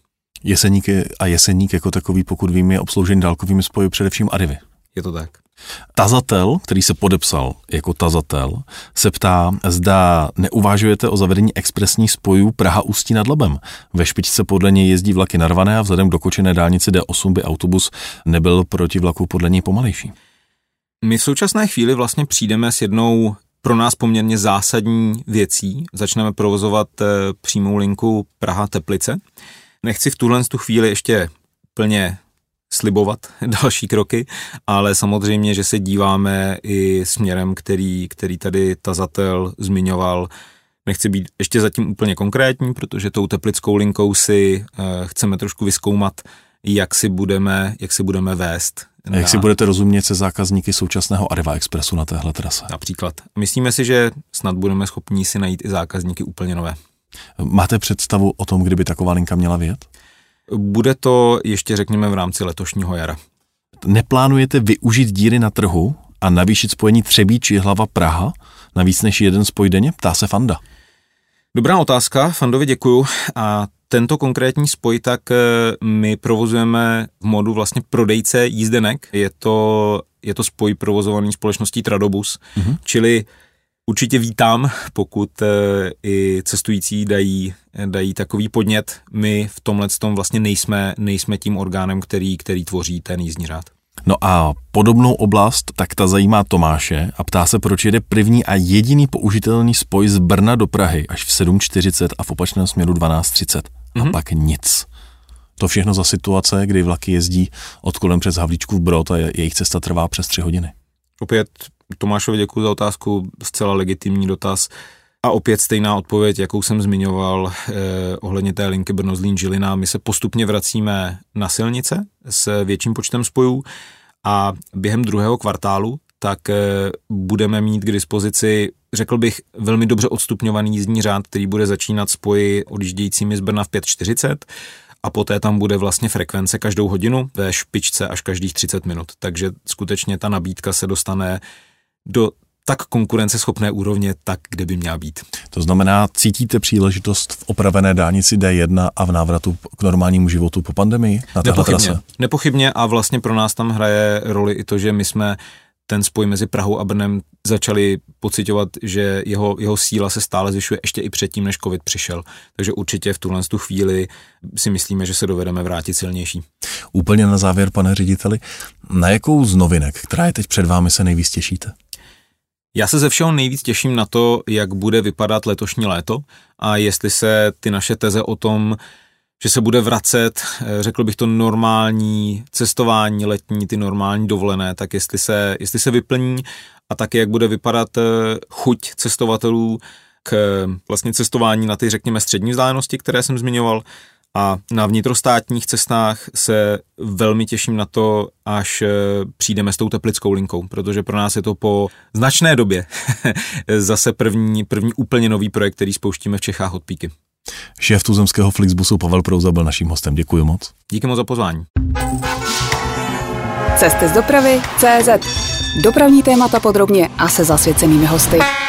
Jeseník jako takový, pokud vím, je obsloužen dálkovými spoji především Arrivy. Je to tak. Tazatel, který se podepsal jako tazatel, se ptá, zda neuvažujete o zavedení expresních spojů Praha-Ústí nad Labem. Ve špičce podle něj jezdí vlaky narvané a vzhledem k dokončené dálnici D8 by autobus nebyl proti vlaku podle něj pomalejší. My v současné chvíli vlastně přijdeme s jednou pro nás poměrně zásadní věcí. Začneme provozovat přímou linku Praha-Teplice. Nechci v tuhle chvíli ještě plně slibovat další kroky, ale samozřejmě, že se díváme i směrem, který tady tazatel zmiňoval. Nechci být ještě zatím úplně konkrétní, protože tou teplickou linkou si chceme trošku vyzkoumat, jak si budeme vést. A jak si budete rozumět se zákazníky současného Arriva Expressu na téhle trase? Například. Myslíme si, že snad budeme schopni si najít i zákazníky úplně nové. Máte představu o tom, kdyby taková linka měla vyjet? Bude to ještě, řekněme, v rámci letošního jara. Neplánujete využít díry na trhu a navýšit spojení Třebíč-Jihlava-Praha na víc než jeden spoj denně? Ptá se Fanda. Dobrá otázka, Fandovi děkuju. A tento konkrétní spoj tak my provozujeme v modu vlastně prodejce jízdenek. Je to spoj provozovaný společností Tradobus, čili určitě vítám, pokud i cestující dají takový podnět. My v tomhletom vlastně nejsme tím orgánem, který tvoří ten jízdní řád. No a podobnou oblast, tak ta zajímá Tomáše a ptá se, proč jede první a jediný použitelný spoj z Brna do Prahy až v 7:40 a v opačném směru 12:30. A pak nic. To všechno za situace, kdy vlaky jezdí od Kolem přes Havlíčkův Brod a jejich cesta trvá přes 3 hodiny. Opět Tomášovi děkuji za otázku, zcela legitimní dotaz. A opět stejná odpověď, jakou jsem zmiňoval ohledně té linky Brno-Zlín-Žilina. My se postupně vracíme na silnice s větším počtem spojů a během druhého kvartálu tak budeme mít k dispozici, řekl bych, velmi dobře odstupňovaný jízdní řád, který bude začínat spoji odjíždějícími z Brna v 5:40 a poté tam bude vlastně frekvence každou hodinu ve špičce až každých 30 minut. Takže skutečně ta nabídka se dostane do tak konkurenceschopné úrovně, tak kde by měla být. To znamená, cítíte příležitost v opravené dálnici D1 a v návratu k normálnímu životu po pandemii na téhle trase? Nepochybně a vlastně pro nás tam hraje roli i to, že my jsme ten spoj mezi Prahou a Brnem začali pociťovat, že jeho síla se stále zvyšuje ještě i předtím, než covid přišel. Takže určitě v tuhle chvíli si myslíme, že se dovedeme vrátit silnější. Úplně na závěr, pane řediteli, na jakou z novinek, která je teď před vámi, se nejvíc těšíte? Já se ze všeho nejvíc těším na to, jak bude vypadat letošní léto a jestli se ty naše teze o tom, že se bude vracet, řekl bych to normální cestování letní, ty normální dovolené, tak jestli se vyplní a taky jak bude vypadat chuť cestovatelů k vlastně cestování na ty, řekněme, střední vzdálenosti, které jsem zmiňoval. A na vnitrostátních cestách se velmi těším na to, až přijdeme s tou teplickou linkou, protože pro nás je to po značné době zase první úplně nový projekt, který spouštíme v Čechách od píky. Šéf tuzemského Flixbusu Pavel Prouza byl naším hostem. Děkuji moc. Díky moc za pozvání. Cesty z dopravy CZ. Dopravní témata podrobně a se zasvěcenými hosty.